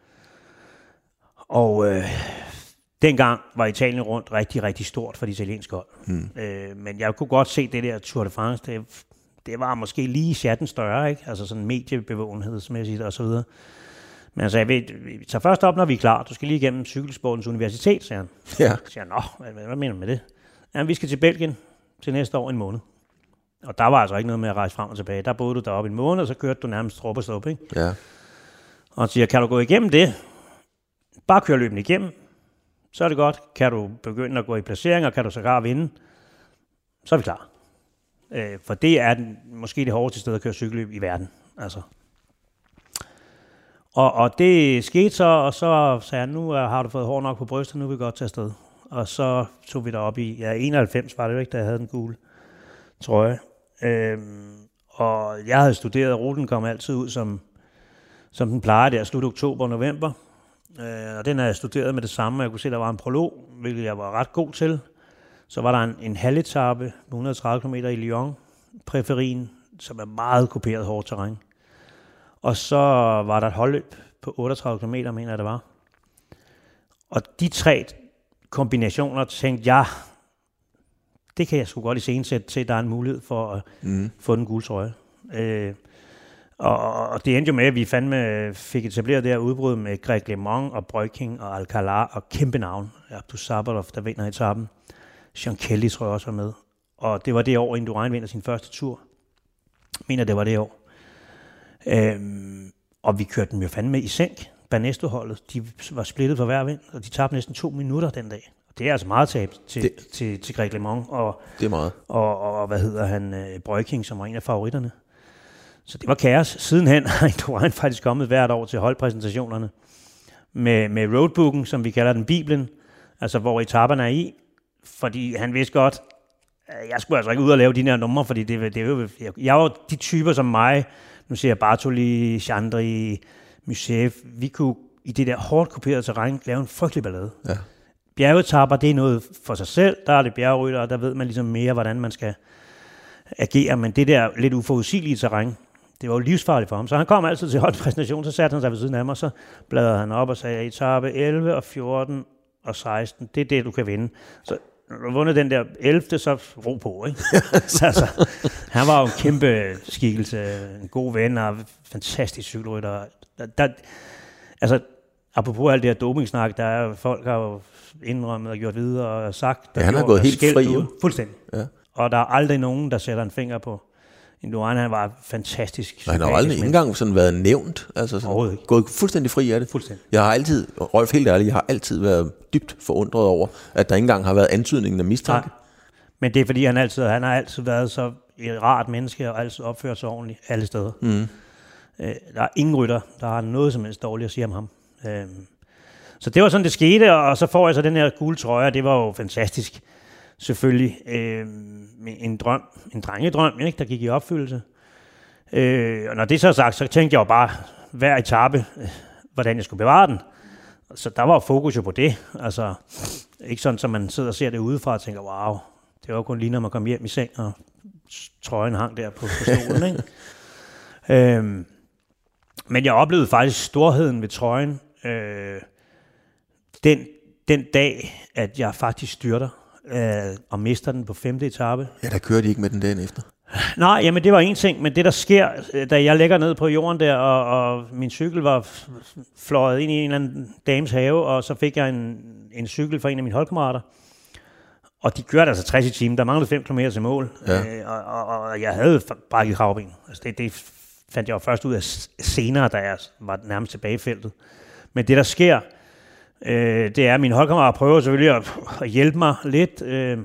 Og øh, dengang var Italien rundt rigtig, rigtig stort for det italienske hold. Hmm. Øh, men jeg kunne godt se det der Tour de France, det, det var måske lige chatten større, ikke? Altså sådan mediebevågenhedsmæssigt og så videre. Men altså, jeg ved, vi tager først op, når vi er klar. Du skal lige igennem Cykelsportens Universitet, siger han. Ja. Så siger han, nå, hvad, hvad mener du med det? Ja, vi skal til Belgien til næste år en måned. Og der var altså ikke noget med at rejse frem og tilbage. Der boede du deroppe en måned, og så kørte du nærmest trop og stop, ikke? Ja. Og han siger, kan du gå igennem det? Bare køre løbende igennem. Så er det godt. Kan du begynde at gå i placeringer, kan du sågar vinde, så er vi klar. Øh, for det er den, måske det hårdeste sted at køre cykelløb i verden. Altså. Og, og det skete så, og så sagde jeg, nu har du fået hår nok på brystet, nu vil vi godt tage afsted. Og så tog vi derop i, ja, enoghalvfems var det jo ikke, da jeg havde den gule trøje. Øhm, og jeg havde studeret, ruten kom altid ud, som, som den plejer der, slut oktober og november. Øh, og den havde jeg studeret med det samme. Jeg kunne se, der var en prolog, hvilket jeg var ret god til. Så var der en, en halvetape, et hundrede og tredive kilometer i Lyon, Præferien, som er meget kuperet hårdt terræn. Og så var der et holdløb på otteogtredive kilometer, mener jeg det var. Og de tre kombinationer tænkte jeg, det kan jeg sgu godt iscenesætte til, at der er en mulighed for at mm. få den gule trøje. Øh, og, og det endte jo med, at vi fandme fik etableret det her udbrud med Greg LeMond og Breukink og Alcala og kæmpe navn. Abdou Sabarov, der vinder etappen. Sean Kelly tror jeg også var med. Og det var det år, Indurain vinder sin første tur. Jeg mener, det var det år. Øhm, og vi kørte dem jo fandme i sænk. Banesto-holdet, de var splittet for hver vind, og de tabte næsten to minutter den dag. Og det er altså meget tab til, det, til, til Greg LeMond og, det er meget. Og, og, og hvad hedder han, uh, Breukink, som var en af favoritterne. Så det var kaos. Sidenhen har Indurain faktisk kommet hvert år til holdpræsentationerne med, med roadbooken, som vi kalder den Bibelen, altså hvor etaperne er i, fordi han vidste godt, jeg skulle altså ikke ud og lave de her numre, fordi det, det er jo, jeg, jeg var de typer som mig, nu siger jeg Bartoli, Chandri, Musev, vi kunne i det der hårdt kuperede terræn lave en frygtelig ballade. Ja. Bjergetapper, det er noget for sig selv, der er det bjergrytter, og der ved man ligesom mere, hvordan man skal agere, men det der lidt uforudsigelige terræn, det var jo livsfarligt for ham, så han kom altid til holdpræsentation, så satte han sig ved siden af mig, så bladrede han op og sagde, etape elleve og fjorten og seksten, det er det, du kan vinde. Så når du vundet den der ellevte, så ro på, ikke? altså, han var jo en kæmpe skikkelse, en god ven og fantastisk cykelrytter. Der, der, altså, apropos alt det her dopingsnak, der er folk, har jo indrømmet og gjort videre og sagt. Ja, han har gået helt fri. Ud, fuldstændig. Ja. Og der er aldrig nogen, der sætter en finger på Indurain. Han var fantastisk. Han har aldrig ikke engang sådan været nævnt. Altså sådan, gået fuldstændig fri af det. Fuldstændig. Jeg har altid, Rolf helt ærligt, jeg har altid været dybt forundret over, at der ikke engang har været antydningen af mistanke. Nej. Men det er fordi, han, altid, han har altid været så et rart menneske og altid opført sig ordentligt alle steder. Mm. Øh, der er ingen rytter, der har noget som helst dårligt at sige om ham. Øhm, så det var sådan, det skete, og så får jeg så den her gule trøje, og det var jo fantastisk. Selvfølgelig øhm, en drøm, en drengedrøm, ikke, der gik i opfyldelse. Øh, og når det så er sagt, så tænkte jeg jo bare hver etape, øh, hvordan jeg skulle bevare den. Så der var fokus jo på det. Altså, ikke sådan, som man sidder og ser det udefra og tænker, wow, det var jo kun lige, når man kom hjem i seng, og trøjen hang der på, på stolen, ikke? øhm, men jeg oplevede faktisk storheden ved trøjen øh, den, den dag, at jeg faktisk styrter øh, og mister den på femte etape. Ja, der kørte de ikke med den dagen efter. Nej, jamen det var en ting, men det der sker, da jeg ligger ned på jorden der, og, og min cykel var fløjet ind i en eller anden dames have, og så fik jeg en, en cykel fra en af mine holdkammerater, og de kørte altså tres i timen, der manglede fem kilometer til mål, ja. øh, og, og, og jeg havde brækket kravben. Altså det, det fandt jeg jo først ud af senere, da jeg var nærmest tilbage i feltet. Men det der sker, øh, det er, at mine holdkammerater prøver selvfølgelig at, at hjælpe mig lidt, øh,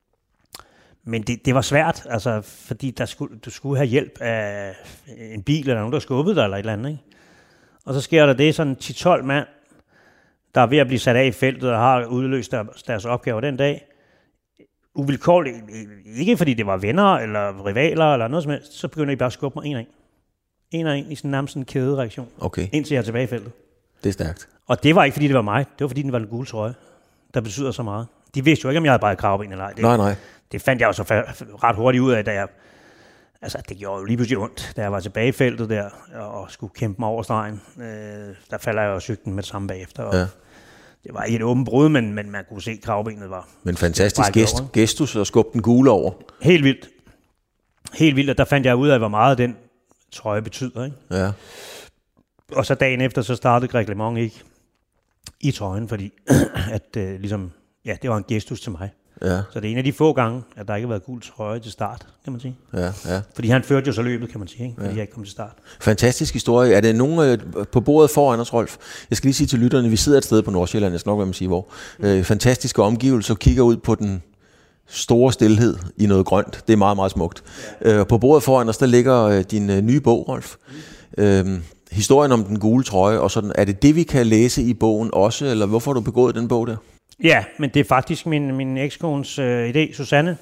men det, det var svært, altså, fordi der skulle, du skulle have hjælp af en bil, eller nogen, der skubbede dig, eller et eller andet, ikke? Og så sker der det, sådan ti tolv mand, der er ved at blive sat af i feltet, og har udløst der, deres opgaver den dag. Uvilkårligt, ikke fordi det var venner, eller rivaler, eller noget som helst, så begynder I bare at skubbe mig en og en. En og en i sådan nærmest en kædereaktion, okay. Indtil jeg er tilbage i feltet. Det er stærkt. Og det var ikke, fordi det var mig, det var, fordi den var den gule trøje, der betyder så meget. De vidste jo ikke, om jeg havde brækket kravben eller ej. Det, nej, nej. Det fandt jeg jo så ret hurtigt ud af, da jeg... Altså, det gjorde jo lige pludselig ondt, da jeg var tilbage i feltet der, og skulle kæmpe mig over stregen. Øh, der falder jeg jo cyklen med det samme bagefter. Og ja. Det var i et åbent brud, men, men man kunne se, at kravbenet var... Men fantastisk gest, gestus at skubbe den gule over. Helt vildt. Helt vildt, og der fandt jeg ud af, hvor meget den trøje betyder, ikke? Ja. Og så dagen efter, så startede reglement ikke i trøjen, fordi at øh, ligesom... Ja, det var en gestus til mig. Ja. Så det er en af de få gange, at der ikke har været gul trøje til start, kan man sige. Ja, ja. Fordi han førte jo så løbet, kan man sige, ikke? Fordi ja. jeg ikke kom til start. Fantastisk historie. Er det nogen øh, på bordet foran os, Rolf? Jeg skal lige sige til lytterne, vi sidder et sted på Nordsjælland, jeg skal nok være med at sige hvor. Øh, fantastiske omgivelser, kigger ud på den store stilhed i noget grønt. Det er meget, meget smukt. Ja. Øh, på bordet foran os, der ligger øh, din øh, nye bog, Rolf. Mm. Øh, historien om den gule trøje, og sådan. Er det det, vi kan læse i bogen også, eller hvorfor har du begået den bog der? Ja, men det er faktisk min, min ekskones øh, idé, Susanne,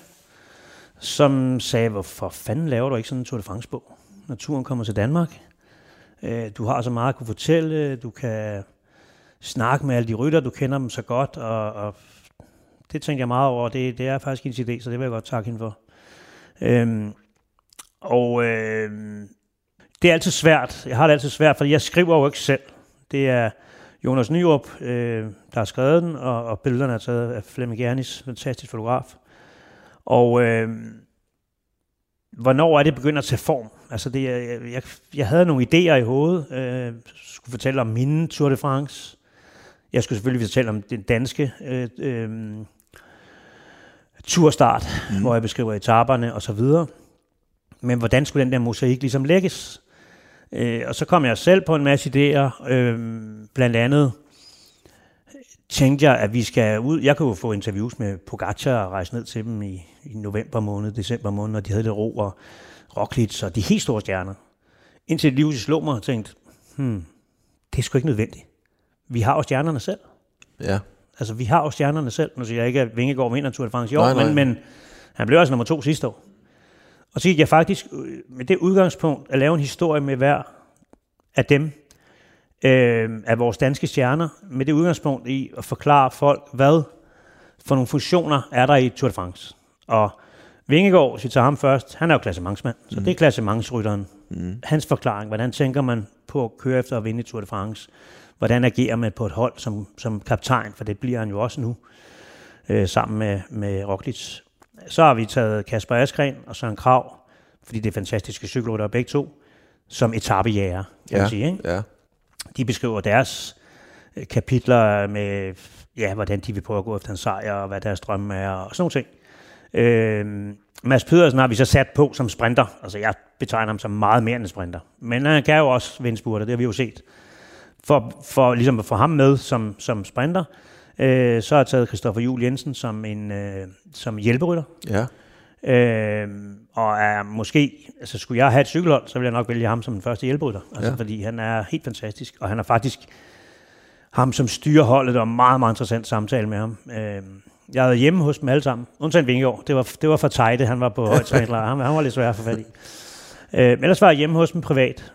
som sagde, hvorfor fanden laver du ikke sådan en Tour de France-bog, når turen kommer til Danmark? Øh, du har så meget at kunne fortælle, du kan snakke med alle de rytter, du kender dem så godt, og, og det tænkte jeg meget over, det, det er faktisk hendes idé, så det vil jeg godt takke hende for. Øhm, og øh, det er altid svært, jeg har det altid svært, for jeg skriver jo ikke selv. Det er Jonas Nyrup, øh, der har skrevet den, og, og billederne er taget af Flemming Gernis, fantastisk fotograf. Og øh, hvornår er det begyndt at tage form? Altså det, jeg, jeg, jeg havde nogle idéer i hovedet. Øh, skulle fortælle om min Tour de France. Jeg skulle selvfølgelig fortælle om den danske øh, øh, turstart, mm. hvor jeg beskriver etaperne og så videre. Men hvordan skulle den der mosaik ligesom lægges? Øh, og så kom jeg selv på en masse idéer. Øh, blandt andet tænkte jeg, at vi skal ud. Jeg kunne jo få interviews med Pogacar og rejse ned til dem i, i november måned, december måned, når de havde det ro og Roglic og de helt store stjerner. Indtil livet slog mig og tænkte, hmm, det er sgu ikke nødvendigt. Vi har jo stjernerne selv. Ja. Altså, vi har jo stjernerne selv. Nu siger jeg ikke, at Vingegaard vinder Tour de France i år, men, men han blev altså nummer to sidste år. Og så gik jeg faktisk med det udgangspunkt at lave en historie med hver af dem, øh, af vores danske stjerner, med det udgangspunkt i at forklare folk, hvad for nogle funktioner er der i Tour de France. Og Vingegaard, hvis vi tager ham først, han er jo klassementsmand, så mm. det er klassementsrytteren. Mm. Hans forklaring, hvordan tænker man på at køre efter at vinde i Tour de France? Hvordan agerer man på et hold som, som kaptajn, for det bliver han jo også nu, øh, sammen med, med Roglic. Så har vi taget Kasper Asgreen og Søren Kragh, fordi det er fantastiske cykelryttere begge to, som etapejæger, kan ja, man sige. Ikke? Ja. De beskriver deres kapitler med, ja, hvordan de vil prøve at gå efter en sejr, og hvad deres drømme er, og sådan nogle ting. Øh, Mads Pedersen har vi så sat på som sprinter. Altså, jeg betegner ham som meget mere end en sprinter. Men han kan jo også vinde spurter, det har vi jo set. For, for ligesom at få ham med som, som sprinter, øh, så har jeg taget Christoffer Juhl Jensen som en øh, som hjælperytter. Ja. Øh, og er måske, altså skulle jeg have et cykelhold, så ville jeg nok vælge ham som den første hjælperytter. Altså, ja. Fordi han er helt fantastisk, og han er faktisk ham som styrer holdet. Det var en meget, meget interessant samtale med ham. Øh, jeg havde hjemme hos dem alle sammen, undtagen Vingegaard. Det var, det var for Tejde, han var på højtræningslejr. Han, han var lidt svær at få fat i. Øh, ellers var jeg hjemme hos dem privat.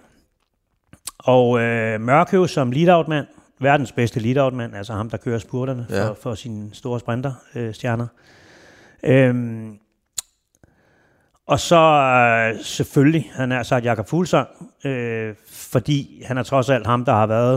Og øh, Mørkøv som lead-out-mand, verdens bedste lead-out-mand, altså ham, der kører spurterne ja. for, for sine store sprinter-stjerner. Øh, øhm, og så øh, selvfølgelig, han har sagt Jakob Fuglsang, øh, fordi han er trods alt ham, der har været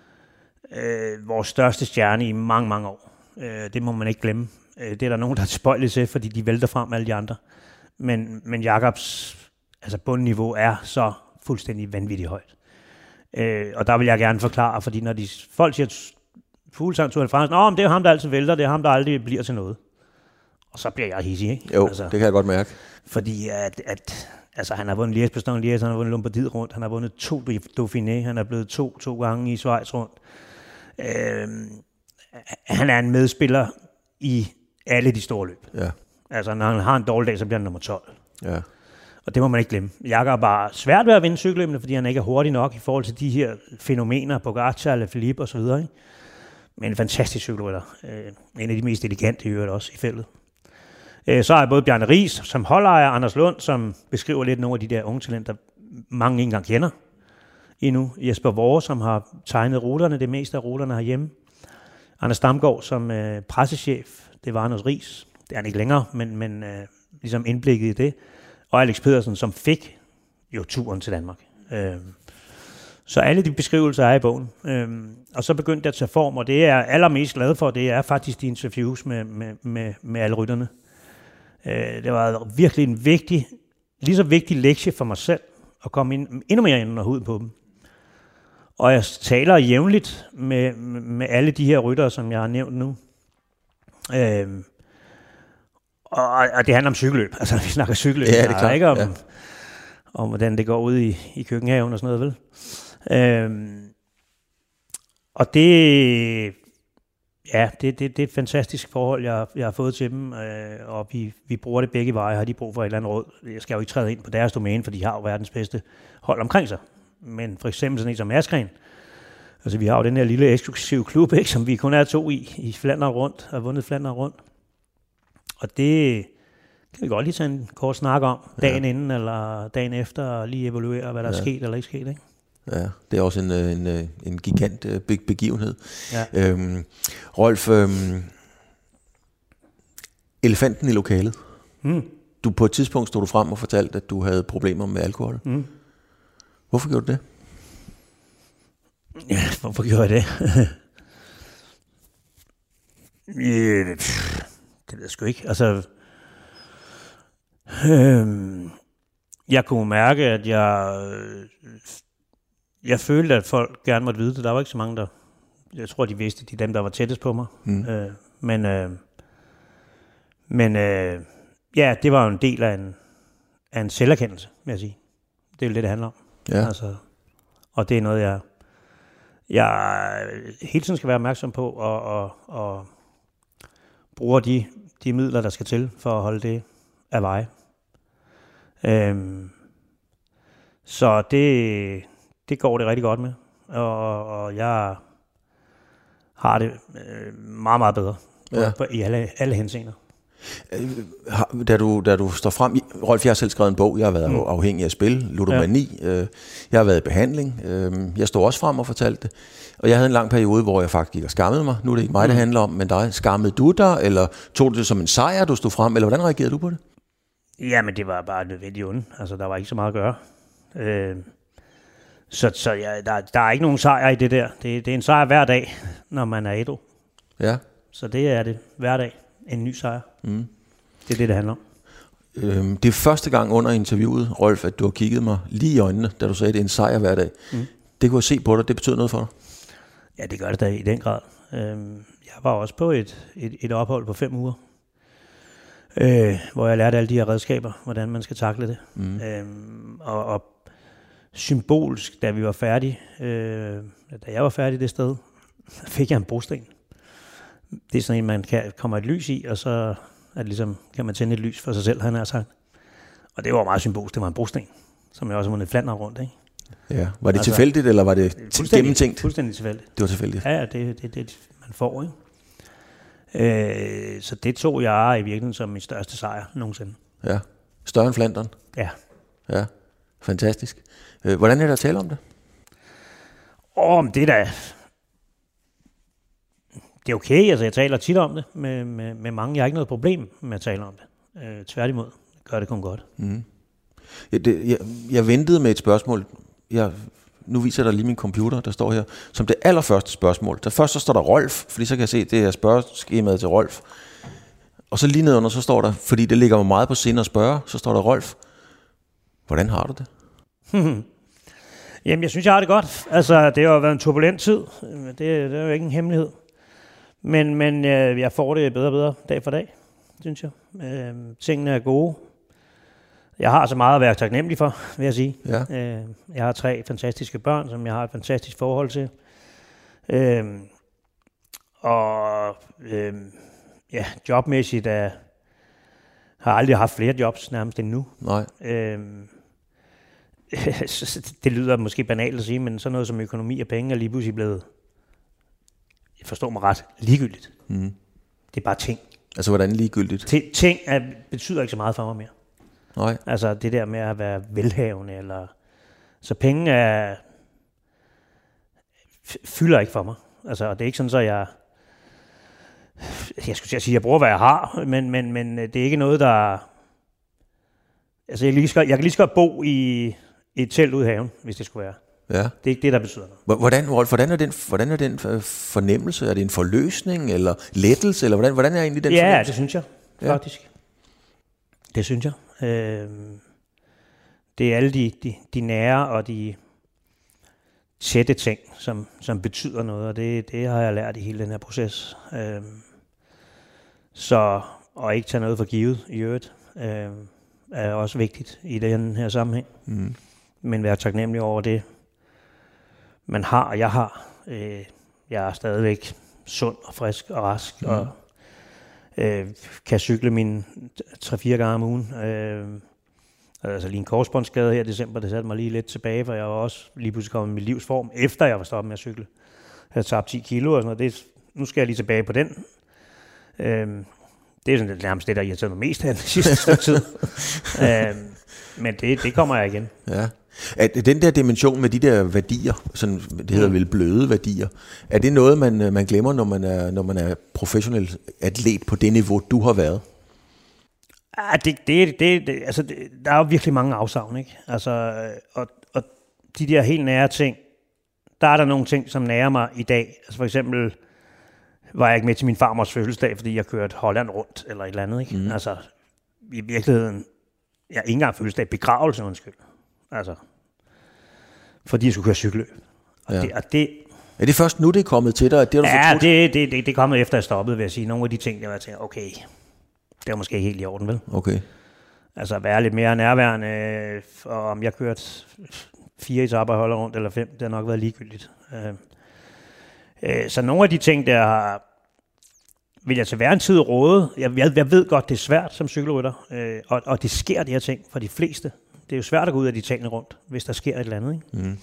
øh, vores største stjerne i mange, mange år. Øh, det må man ikke glemme. Øh, det er der nogen, der er tilbøjelige til, fordi de vælter frem alle de andre. Men, men Jakobs altså bundniveau er så fuldstændig vanvittigt højt. Øh, og der vil jeg gerne forklare, fordi når de folk siger, Fuglsang Tour de France, nå, men det er jo ham, der altid vælter, det er ham, der aldrig bliver til noget. Og så bliver jeg hissig, ikke? Jo, altså, det kan jeg godt mærke. Fordi at, at altså, han har vundet Liège-Bastogne-Liège, han har vundet Lombardiet rundt, han har vundet to Dauphiné, han er blevet to, to gange i Schweiz rundt. Øh, han er en medspiller i alle de store løb. Ja. Altså, når han har en dårlig dag, så bliver han nummer tolv. Ja. Og det må man ikke glemme. Jakob er bare svært ved at vinde cykelløbene, fordi han ikke er hurtig nok i forhold til de her fænomener, Pogacar, Alaphilippe og så videre. Ikke? Men en fantastisk cykelrytter. Øh, en af de mest elegante i øvrigt også i feltet. Øh, så er både Bjarne Riis som holdejer, Anders Lund, som beskriver lidt nogle af de der unge talenter, mange ikke engang kender endnu. Jesper Vore, som har tegnet ruterne, det meste af ruterne herhjemme. Anders Damgaard som øh, pressechef, det var Anders Riis. Det er han ikke længere, men, men øh, ligesom indblikket i det. Og Alex Pedersen, som fik jo turen til Danmark. Øh, så alle de beskrivelser er i bogen. Øh, og så begyndte det at tage form, og det jeg er allermest glad for, det er faktisk de interviews med, med, med, med alle rytterne. Øh, det var virkelig en vigtig, lige så vigtig lektie for mig selv, at komme ind, endnu mere ind under huden på dem. Og jeg taler jævnligt med, med alle de her ryttere, som jeg har nævnt nu. Øh, og, og det handler om cykelløb. Altså, vi snakker cykelløb. Ja, det er klart. Ikke om, ja. om, hvordan det går ud i, i køkkenhaven og sådan noget, vel? Øh, og det... Ja, det, det, det er et fantastisk forhold, jeg, jeg har fået til dem, øh, og vi, vi bruger det begge veje. Har de brug for et eller andet råd? Jeg skal jo ikke træde ind på deres domæne, for de har jo verdens bedste hold omkring sig. Men for eksempel sådan en som Askren, altså vi har jo den her lille eksklusive klub, ikke, som vi kun er to i, i Flandern rundt, har vundet Flandern rundt. Og det kan vi godt lige tage en kort snak om, dagen ja. inden eller dagen efter, og lige evaluere, hvad der ja. er sket eller ikke sket, ikke? Ja, det er også en, en, en gigant begivenhed. Ja. Øhm, Rolf, øhm, elefanten i lokalet. Mm. Du på et tidspunkt stod du frem og fortalte, at du havde problemer med alkohol. Mm. Hvorfor gjorde du det? Ja, hvorfor gjorde jeg det? ja, det ved jeg sgu ikke. Altså, øhm, jeg kunne mærke, at jeg... Jeg følte, at folk gerne måtte vide det. Der var ikke så mange, der... Jeg tror, de vidste, de dem, der var tættest på mig. Mm. Øh, men øh, men øh, ja, det var jo en del af en, af en selverkendelse, vil jeg sige. Det er jo det, det handler om. Ja. Altså, og det er noget, jeg, jeg hele tiden skal være opmærksom på, og, og, og bruger de, de midler, der skal til, for at holde det af veje. Øh, så det... Det går det rigtig godt med, og, og jeg har det øh, meget, meget bedre ja. på, i alle, alle henseender. Da du, da du står frem, Rolf, jeg har selv skrevet en bog, jeg har været mm. afhængig af spil, ludomani, ja. øh, jeg har været i behandling, øh, jeg stod også frem og fortalte det, og jeg havde en lang periode, hvor jeg faktisk gik og skammede mig, nu er det ikke mig, det mm. handler om, men dig, skammede du dig, eller tog du det som en sejr, du stod frem, eller hvordan reagerede du på det? Jamen, det var bare nødvendigt ondt, altså der var ikke så meget at gøre. Øh, Så, så ja, der, der er ikke nogen sejr i det der. Det, det er en sejr hver dag, når man er ædru. Ja. Så det er det hver dag. En ny sejr. Mm. Det er det, det handler om. Øhm, det er første gang under interviewet, Rolf, at du har kigget mig lige i øjnene, da du sagde, at det er en sejr hver dag. Mm. Det kunne jeg se på dig. Det betød noget for dig? Ja, det gør det da i den grad. Øhm, jeg var også på et, et, et ophold på fem uger, øh, hvor jeg lærte alle de her redskaber, hvordan man skal takle det. Mm. Øhm, og, og symbolsk, da vi var færdige, øh, da jeg var færdig det sted, fik jeg en brosten. Det er sådan en, man kan komme et lys i, og så er det ligesom, kan man tænde et lys for sig selv, han har sagt. Og det var meget symbolsk, det var en brosten, som jeg også har vundet Flandern rundt, ikke? Ja. Var det altså, tilfældigt, eller var det gennemtænkt? Fuldstændig tilfældigt. Det var tilfældigt. Ja, det er det, det, man får, ikke? Øh, så det tog jeg i virkeligheden som min største sejr nogensinde. Ja. Større end Flandern? Ja. Ja, fantastisk. Øh, hvordan er det at tale om det? Åh, oh, det er da... Det er okay, altså jeg taler tit om det med, med, med mange. Jeg har ikke noget problem med at tale om det. Øh, tværtimod, gør det kun godt. Mm. Ja, det, jeg, jeg ventede med et spørgsmål. Jeg, nu viser jeg dig lige min computer, der står her. Som det allerførste spørgsmål. Der først så står der Rolf, fordi så kan jeg se, det er spørgeskemaet til Rolf. Og så lige nedenunder, så står der, fordi det ligger mig meget på sinde at spørge, så står der Rolf. Hvordan har du det? Jamen, jeg synes, jeg har det godt. Altså, det har været en turbulent tid. Det, det er jo ikke en hemmelighed. Men, men øh, jeg får det bedre og bedre dag for dag, synes jeg. Øh, tingene er gode. Jeg har så meget at være taknemmelig for, vil jeg sige. Ja. Øh, jeg har tre fantastiske børn, som jeg har et fantastisk forhold til. Øh, og øh, ja, jobmæssigt er, har jeg aldrig haft flere jobs nærmest end nu. Nej. Øh, det lyder måske banalt at sige, men sådan noget som økonomi og penge er lige pludselig blevet, jeg forstår mig ret, ligegyldigt. Mm. Det er bare ting. Altså hvordan ligegyldigt? T- ting er, betyder ikke så meget for mig mere. Nej. Altså det der med at være velhavende, eller så penge er, f- fylder ikke for mig. Altså og det er ikke sådan, så jeg, jeg skulle sige, at jeg bruger, hvad jeg har, men, men, men det er ikke noget, der, altså jeg kan lige så godt, jeg kan lige så godt bo i, i et telt ude i haven, hvis det skulle være. Ja. Det er ikke det, der betyder noget. Hvordan, hvordan, er, den, hvordan er den fornemmelse? Er det en forløsning, eller lettelse, eller hvordan, hvordan er egentlig den ja, fornemmelse? Ja, det synes jeg, faktisk. Ja. Det synes jeg. Øh, det er alle de, de, de nære og de tætte ting, som, som betyder noget, og det, det har jeg lært i hele den her proces. Øh, så at ikke tage noget for givet i øvrigt, øh, er også vigtigt i den her sammenhæng. Mm. Men være taknemmelig over det, man har, og jeg har. Øh, jeg er stadigvæk sund og frisk og rask, mm. og øh, kan cykle mine tre-fire gange om ugen. Øh, altså lige en korsbåndsskade her i december, det satte mig lige lidt tilbage, for jeg var også lige pludselig kommet i mit livsform, efter jeg var stoppet med at cykle. Jeg havde tabt ti kilo og sådan noget. Det, nu skal jeg lige tilbage på den. Øh, det er sådan nærmest det, der irriterer mig mest her den sidste stykke tid. øh, men det, det kommer jeg igen. Ja. At den der dimension med de der værdier, sådan, det hedder vel bløde værdier, er det noget, man, man glemmer, når man, er, når man er professionel atlet på det niveau, du har været? Ja, det, det, det, det, altså, det, der er jo virkelig mange afsavn, ikke? Altså, og, og de der helt nære ting, der er der nogle ting, som nærer mig i dag. Altså for eksempel var jeg ikke med til min farmors fødselsdag, fordi jeg kørte Holland rundt, eller et eller andet, ikke? Mm. Altså, i virkeligheden, jeg har ikke engang fødselsdag, begravelse, undskyld. Altså, fordi jeg skulle køre cykelløb. Og ja. det, og det, er det først nu, det er kommet til dig? Det har du ja, det, det, det, det er kommet efter, jeg stoppede, vil jeg sige. Nogle af de ting, der var jeg tænkte, okay, det var måske ikke helt i orden, vel? Okay. Altså, være lidt mere nærværende, og om jeg kørte fire etaper holder rundt, eller fem, det har nok været ligegyldigt. Øh, øh, så nogle af de ting, der har, vil jeg til hver en tid råde. Jeg, jeg, jeg ved godt, det er svært som cykelrytter, øh, og, og det sker, de her ting, for de fleste. Det er jo svært at gå ud af de tingene rundt, hvis der sker et eller andet, ikke? Mm.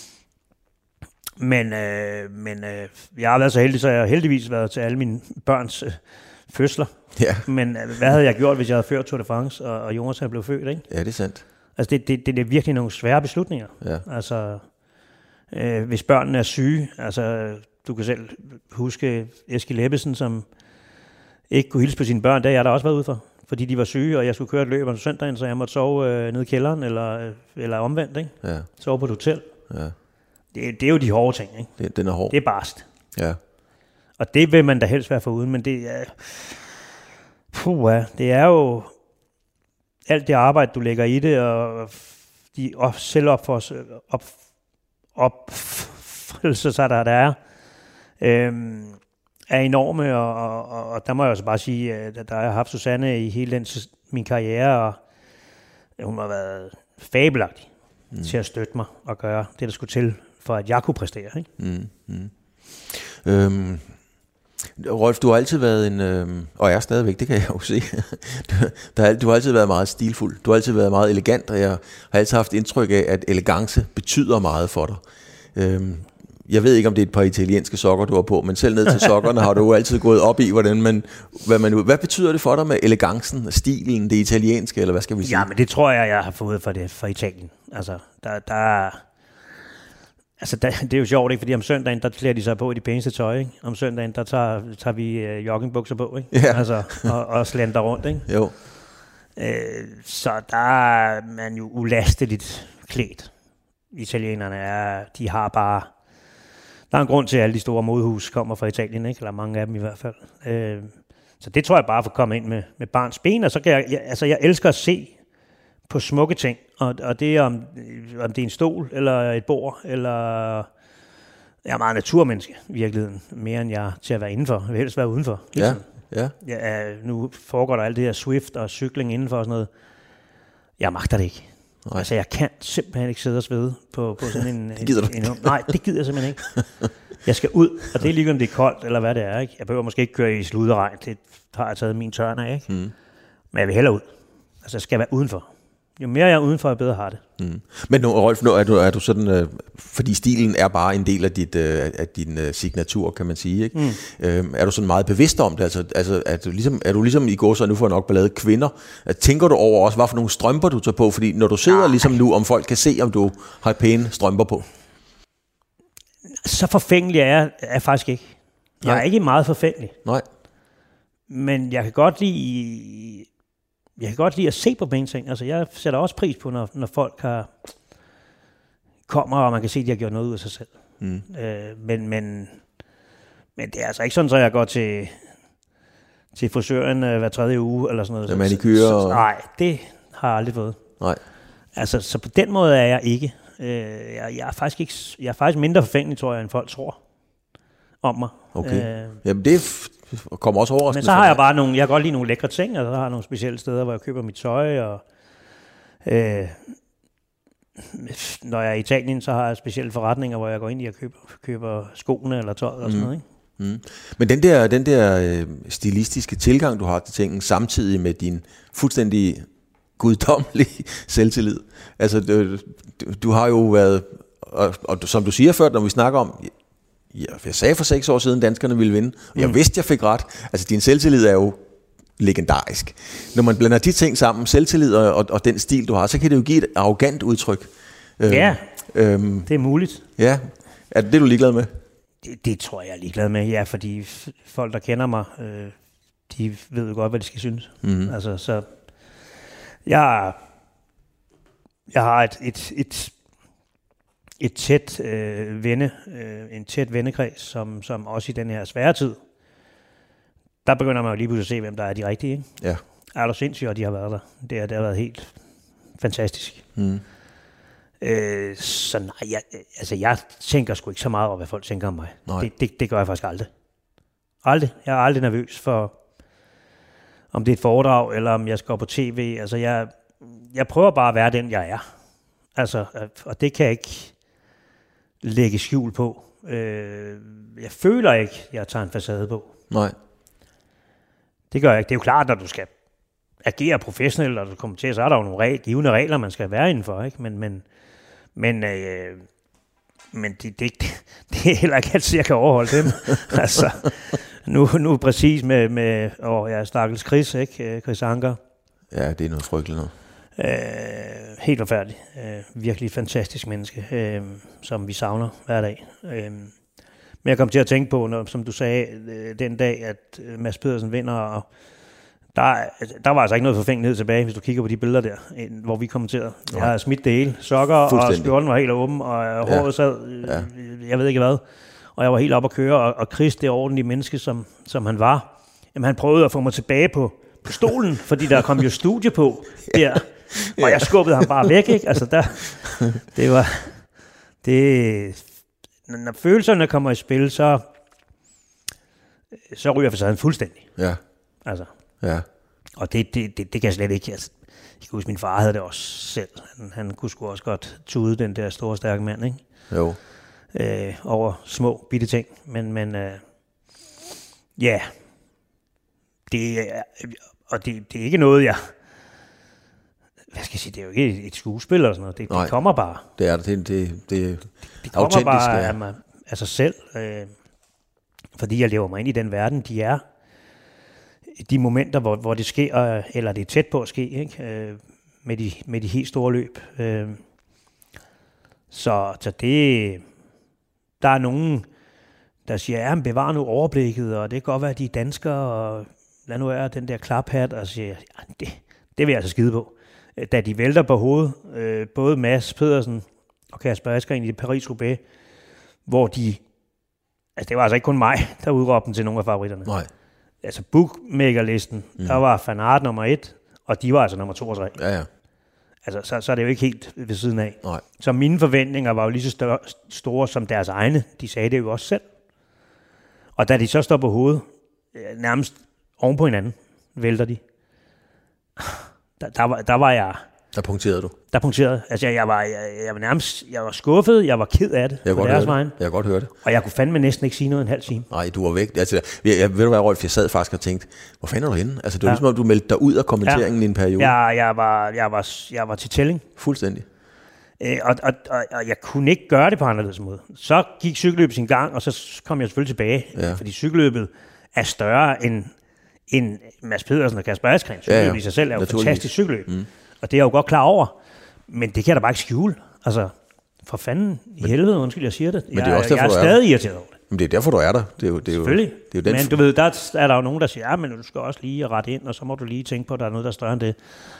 Men, øh, men øh, jeg har været så heldig, så jeg har heldigvis været til alle mine børns øh, fødsler. Ja. Men øh, hvad havde jeg gjort, hvis jeg havde ført Tour de France, og, og Jonas havde blevet født, ikke? Ja, det er sandt. Altså, det, det, det er virkelig nogle svære beslutninger. Ja. Altså, øh, hvis børnene er syge, altså, du kan selv huske Eskild Ebbesen, som ikke kunne hilse på sine børn, det har jeg da også været ude for. Fordi de var syge, og jeg skulle køre et løb om søndagen, så jeg måtte sove øh, nede i kælderen, eller, eller omvendt, ikke? Ja. Sove på et hotel. Ja. Det, det er jo de hårde ting, ikke? Det, den er hård. Det er barst. Ja. Og det vil man da helst være foruden, men det er... Puh, ja, det er jo alt det arbejde, du lægger i det, og de selvopførelser, op, opfølelser, der, der er, øhm, er enorme, og, og, og der må jeg også bare sige, at der har jeg haft Susanne i hele den, min karriere, og hun har været fabelagtig mm. til at støtte mig og gøre det, der skulle til, for at jeg kunne præstere. Ikke? Mm, mm. Øhm, Rolf, du har altid været en, øh, og er stadigvæk, det kan jeg jo se, du, der, du har altid været meget stilfuld, du har altid været meget elegant, og jeg har altid haft indtryk af, at elegance betyder meget for dig. Øh, jeg ved ikke, om det er et par italienske sokker, du har på, men selv ned til sokkerne har du jo altid gået op i, hvordan man, hvad, man, hvad betyder det for dig med elegancen, stilen, det italienske, eller hvad skal vi sige? Ja, men det tror jeg, jeg har fået fra det fra Italien. Altså, der, der Altså, der, det er jo sjovt, ikke? Fordi om søndagen, der klæder de sig på i de pæneste tøj, ikke? Om søndagen, der tager, tager vi øh, joggingbukser på, ikke? Ja. Altså, og, og slender rundt, ikke? Jo. Øh, så der er man jo ulasteligt klædt. Italienerne er, de har bare, der er en grund til, at alle de store modehus kommer fra Italien, ikke? Eller mange af dem i hvert fald. Øh, så det tror jeg bare for at komme ind med, med barns ben, og så kan jeg, jeg, altså jeg elsker at se på smukke ting, og, og det er om, om det er en stol, eller et bord, eller jeg er meget naturmenneske i virkeligheden, mere end jeg er til at være indenfor. Jeg vil helst være udenfor. Ja, ja. Ja, nu foregår der alt det her Swift og cykling indenfor og sådan noget. Jeg magter det ikke. Nej. Altså, jeg kan simpelthen ikke sidde og svede på, på sådan en... Det gider du en, en, Nej, det gider jeg simpelthen ikke. Jeg skal ud, og det er lige om det er koldt, eller hvad det er, ikke? Jeg behøver måske ikke køre i slud og regn. Det har jeg taget min tørn af, ikke? Mm. Men jeg vil hellere ud. Altså, jeg skal være udenfor. Jo mere jeg er udenfor, jo bedre har det. Mm. Men nu, Rolf, nu er du, er du sådan, øh, fordi stilen er bare en del af, dit, øh, af din øh, signatur, kan man sige, ikke? Mm. Øh, er du sådan meget bevidst om det? Altså, altså er, du ligesom, er du ligesom i går, så nu får jeg nok ballade kvinder? At, tænker du over også, hvad for nogle strømper du tager på? Fordi når du sidder ja. ligesom nu, om folk kan se, om du har pæne strømper på. Så forfængelig er jeg, er jeg faktisk ikke. Jeg Nej. er ikke meget forfængelig. Nej. Men jeg kan godt lide... Jeg kan godt lide at se på pæne ting. Altså, jeg sætter også pris på, når, når folk har, kommer, og man kan se, at de har gjort noget ud af sig selv. Mm. Øh, men, men, men det er altså ikke sådan, at jeg går til, til frisøren øh, hver tredje uge, eller sådan noget. Så manikyre og... Nej, det har jeg aldrig fået. Nej. Altså, så på den måde er jeg ikke. Øh, jeg, jeg, er faktisk ikke jeg er faktisk mindre forfængelig, tror jeg, end folk tror om mig. Okay. Øh, Jamen, det kommer også overraskende. Men så har jeg bare nogle, jeg kan godt lide nogle lækre ting, og så har jeg nogle specielle steder, hvor jeg køber mit tøj, og øh, når jeg er i Italien, så har jeg specielle forretninger, hvor jeg går ind i og køber, køber skoene eller tøjet og sådan mm. noget, ikke? Mm. Men den der, den der øh, stilistiske tilgang, du har til tingene, samtidig med din fuldstændig guddommelige selvtillid. Altså, du, du, du har jo været, og, og som du siger før, når vi snakker om, ja, jeg sagde for seks år siden, danskerne ville vinde, og jeg mm. vidste, jeg fik ret. Altså, din selvtillid er jo legendarisk. Når man blander de ting sammen, selvtillid og, og, og den stil, du har, så kan det jo give et arrogant udtryk. Ja, øhm, det er muligt. Ja, er det det, du er ligeglad med? Det, det tror jeg, jeg er ligeglad med, ja, fordi folk, der kender mig, øh, de ved jo godt, hvad de skal synes. Mm. Altså, så jeg, jeg har et, et, et, et tæt øh, venne, øh, en tæt vennekreds, som, som også i den her svære tid, der begynder man jo lige pludselig at se, hvem der er de rigtige. Ikke? Ja. Er der sindssygt, og de har været der. Det, er, det har været helt fantastisk. Mm. Øh, så nej, jeg, altså jeg tænker sgu ikke så meget over, hvad folk tænker om mig. Det, det, det gør jeg faktisk aldrig. Aldrig. Jeg er aldrig nervøs for, om det er et foredrag, eller om jeg skal gå på tv. Altså jeg, jeg prøver bare at være den, jeg er. Altså, og det kan jeg ikke lægge skjul på. Øh, jeg føler ikke, jeg tager en facade på. Nej. Det gør jeg ikke. Det er jo klart, når du skal agere professionelt, og du kommer til, så er der jo nogle regler, givende regler, man skal være indenfor, ikke? Men, men, men, øh, men det, det, det er heller ikke altid, jeg kan overholde dem. altså, nu, nu præcis med, med åh, ja, stakkels Chris, ikke? Chris Anker. Ja, det er noget frygteligt noget. Øh, helt forfærdeligt. Øh, virkelig et fantastisk menneske, øh, som vi savner hver dag. Øh, men jeg kom til at tænke på, når, som du sagde, øh, den dag, at Mads Pedersen vinder, og der, der var altså ikke noget forfængelighed tilbage, hvis du kigger på de billeder der, hvor vi kommenterede. Jeg har smidt det hele. Sokker og skjorten var helt åben, og ja. håret sad, ja. jeg ved ikke hvad. Og jeg var helt oppe at køre, og, og Chris, det ordentlige menneske, som, som han var, jamen han prøvede at få mig tilbage på, på stolen, fordi der kom jo studie på der, og jeg skubbede ham bare væk, ikke? Altså der, det var, det, når følelserne kommer i spil, så, så ryger facaden fuldstændig. Ja. Altså. Ja. Og det, det, det, det kan jeg slet ikke. Altså, jeg kan huske, min far havde det også selv. Han, han kunne sgu også godt tude den der store, stærke mand, ikke? Jo. Øh, over små, bitte ting. Men, men øh, Ja, det er, og det, det er ikke noget, jeg... Hvad skal jeg sige, det er jo ikke et skuespil eller sådan noget. Det, det kommer bare. Det er det. Det, det, det, det kommer autentisk, bare af, mig, af sig selv. Øh, fordi jeg lever mig ind i den verden, de er. De momenter, hvor, hvor det sker, eller det er tæt på at ske, ikke? Øh, med, de, med de helt store løb. Øh, så, så det... Der er nogen, der siger, ja, men bevar nu overblikket, og det kan godt være, at de er danskere, og lad nu være den der klaphat, og siger, ja, det, det vil jeg altså skide på. Da de vælter på hovedet, øh, både Mads Pedersen og Kasper Asgreen i Paris-Roubaix, hvor de, altså det var altså ikke kun mig, der udråbte dem til nogle af favoritterne. Nej. Altså bookmakerlisten, mm. der var Van Aert nummer et, og de var altså nummer to og tre. Ja, ja. Altså, så, så er det jo ikke helt ved siden af. Nej. Så mine forventninger var jo lige så større, store som deres egne. De sagde det jo også selv. Og da de så står på hovedet, nærmest oven på hinanden, vælter de. Der, der, var, der var jeg... Der punkterede du? Der punkterede. Altså, jeg, jeg, var, jeg, jeg var nærmest... Jeg var skuffet, jeg var ked af det. Jeg på deres vejen. Jeg kan godt høre det. Og jeg kunne fandme næsten ikke sige noget en halv time. Nej, du var væk. Altså, jeg, jeg, ved du hvad, Rolf, jeg sad faktisk og tænkte, hvor fanden er du henne? Altså, det var ja. ligesom, at du meldte dig ud af kommenteringen ja. i en periode. Ja, jeg var, jeg var, jeg var til tælling. Fuldstændig. Øh, og, og, og, og jeg kunne ikke gøre det på anderledes måde. Så gik cykelløbet sin gang, og så kom jeg selvfølgelig tilbage. Ja. Fordi cykelløbet er større end, end Mads Pedersen og Kasper Asgreen. Cykelløbet ja, ja. i sig selv er jo et fantastisk cykelløb. Mm. Og det er jeg jo godt klar over. Men det kan jeg da bare ikke skjule. Altså, for fanden i helvede, undskyld, jeg siger det. Men det er også jeg, derfor, jeg er stadig irriteret over det. Men det er derfor, du er der. Det er jo, det er Selvfølgelig. Jo, det er jo den men du ved, der er der jo nogen, der siger, ja, men du skal også lige rette ind, og så må du lige tænke på, at der er noget, der er større end det.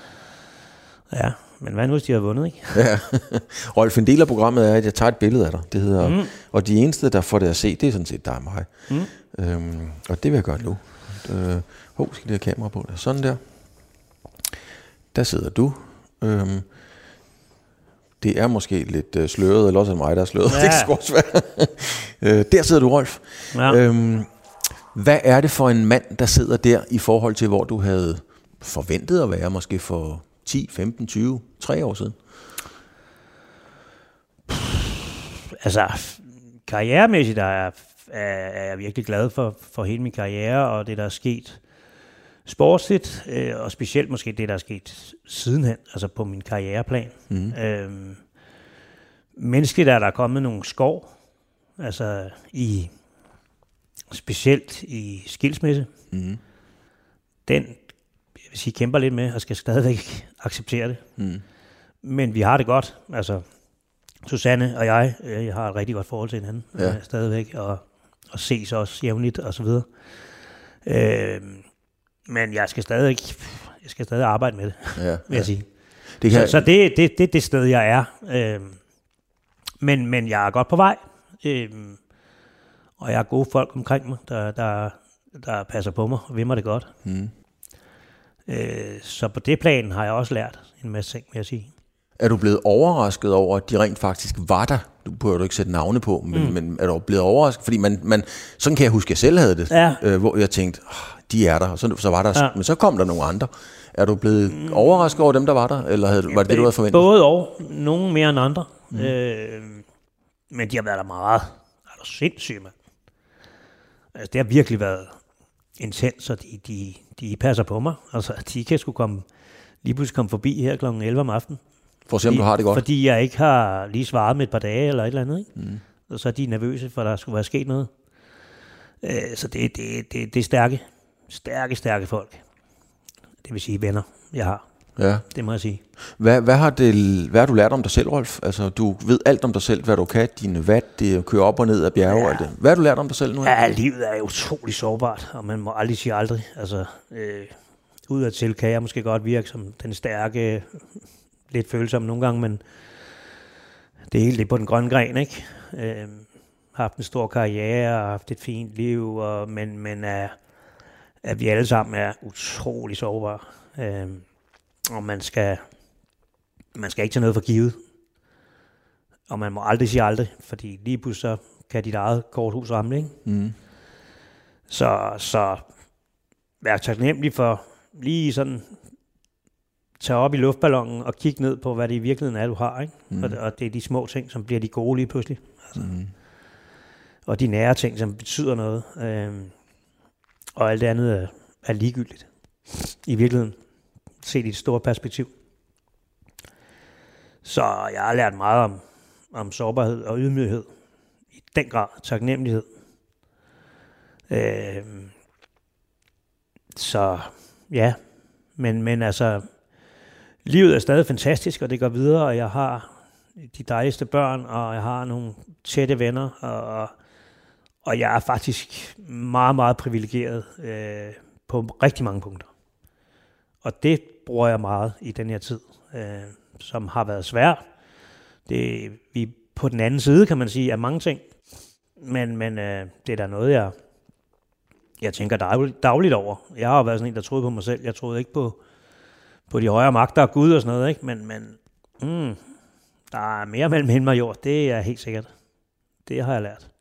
Ja, men hvad nu, hvis de har vundet, ikke? Ja. Rolf, en del af programmet er, at jeg tager et billede af dig. Det hedder, mm. og de eneste, der får det at se, det er sådan set dig og mig. Mm. Øhm, og det vil jeg gøre nu. Øh, hov, skal det have kamera på der. Sådan der. Der sidder du. Øhm, det er måske lidt øh, sløret, eller også er det mig, der er sløret. Ja. Det er ikke så svært. øh, der sidder du, Rolf. Ja. Øhm, hvad er det for en mand, der sidder der, i forhold til, hvor du havde forventet at være, måske for ti, femten, tyve, tre år siden? Altså, karrieremæssigt er jeg, er jeg virkelig glad for, for hele min karriere, og det, der er sket sportsligt, øh, og specielt måske det, der er sket sidenhen, altså på min karriereplan. Mm. Øhm, menneskeligt er der kommet nogle skår, altså i, specielt i skilsmisse. Mm. Den, jeg vil sige, kæmper lidt med, og skal stadigvæk acceptere det. Mm. Men vi har det godt, altså Susanne og jeg, øh, jeg har et rigtig godt forhold til hinanden, ja. øh, stadigvæk, og, og ses også jævnligt, og så videre. Øh, Men jeg skal stadig jeg skal stadig arbejde med det, ja, vil jeg ja. sige. Det kan... Så, så det er det, det, det sted, jeg er. Øhm, men, men jeg er godt på vej. Øhm, og jeg har gode folk omkring mig, der, der, der passer på mig og vil mig det godt. Mm. Øh, så på det plan har jeg også lært en masse ting, vil jeg sige. Er du blevet overrasket over, at de rent faktisk var der? Du behøver du ikke sætte navne på, men, mm. men er du blevet overrasket? Fordi man, man, sådan kan jeg huske, at jeg selv havde det, ja. øh, hvor jeg tænkte, oh, de er der, og så, så var der, ja. men så kom der nogle andre. Er du blevet mm. overrasket over dem, der var der, eller havde, var det det, du havde forventet? Både og. Nogle mere end andre. Mm. Øh, men de har været der meget. Er du sindssygt, mand? Altså, det har virkelig været intens, og de, de, de passer på mig. Altså, de kan sgu komme, lige pludselig komme forbi her klokken elleve om aftenen. For at se, om du har det godt. Fordi jeg ikke har lige svaret med et par dage, eller et eller andet, ikke? Mm. Og så er de nervøse, for der skulle være sket noget. Øh, så det, det, det, det er stærke, stærke, stærke folk. Det vil sige venner, jeg har. Ja. Det må jeg sige. Hvad, hvad, har det, hvad har du lært om dig selv, Rolf? Altså, du ved alt om dig selv, hvad du kan, dine watt, det kører op og ned af bjerge. Ja. Det. Hvad har du lært om dig selv nu? Ja, livet er jo utrolig sårbart, og man må aldrig sige aldrig. Altså, øh, udadtil kan jeg måske godt virke som den stærke, lidt følsomme nogle gange, men det er helt det på den grønne gren, ikke? Øh, har haft en stor karriere og haft et fint liv, og, men, men er, at vi alle sammen er utrolig sårbare. Øh, og man skal, man skal ikke tage noget for givet. Og man må aldrig sige aldrig, fordi lige pludselig så kan dit eget korthus ramle, ikke? Mm. Så, så vær taknemmelig for lige sådan tage op i luftballonen og kigge ned på, hvad det i virkeligheden er, du har, ikke? Mm. Og, og det er de små ting, som bliver de gode lige pludselig. Altså. Mm. Og de nære ting, som betyder noget. Øhm, Og alt det andet er, er ligegyldigt. I virkeligheden. Set i et stort perspektiv. Så jeg har lært meget om, om sårbarhed og ydmyghed. I den grad taknemmelighed. Øh, så ja, men, men altså, livet er stadig fantastisk, og det går videre, og jeg har de dejligste børn, og jeg har nogle tætte venner, og, og jeg er faktisk meget, meget privilegeret øh, på rigtig mange punkter. Og det bruger jeg meget i den her tid, øh, som har været svær. Det, vi er på den anden side, kan man sige, af mange ting, men, men øh, det er da noget, jeg, jeg tænker dagligt, dagligt over. Jeg har været sådan en, der troede på mig selv. Jeg troede ikke på, på de højere magter og Gud og sådan noget, ikke? Men, men mm, der er mere mellem himmel og jord, det er helt sikkert. Det har jeg lært.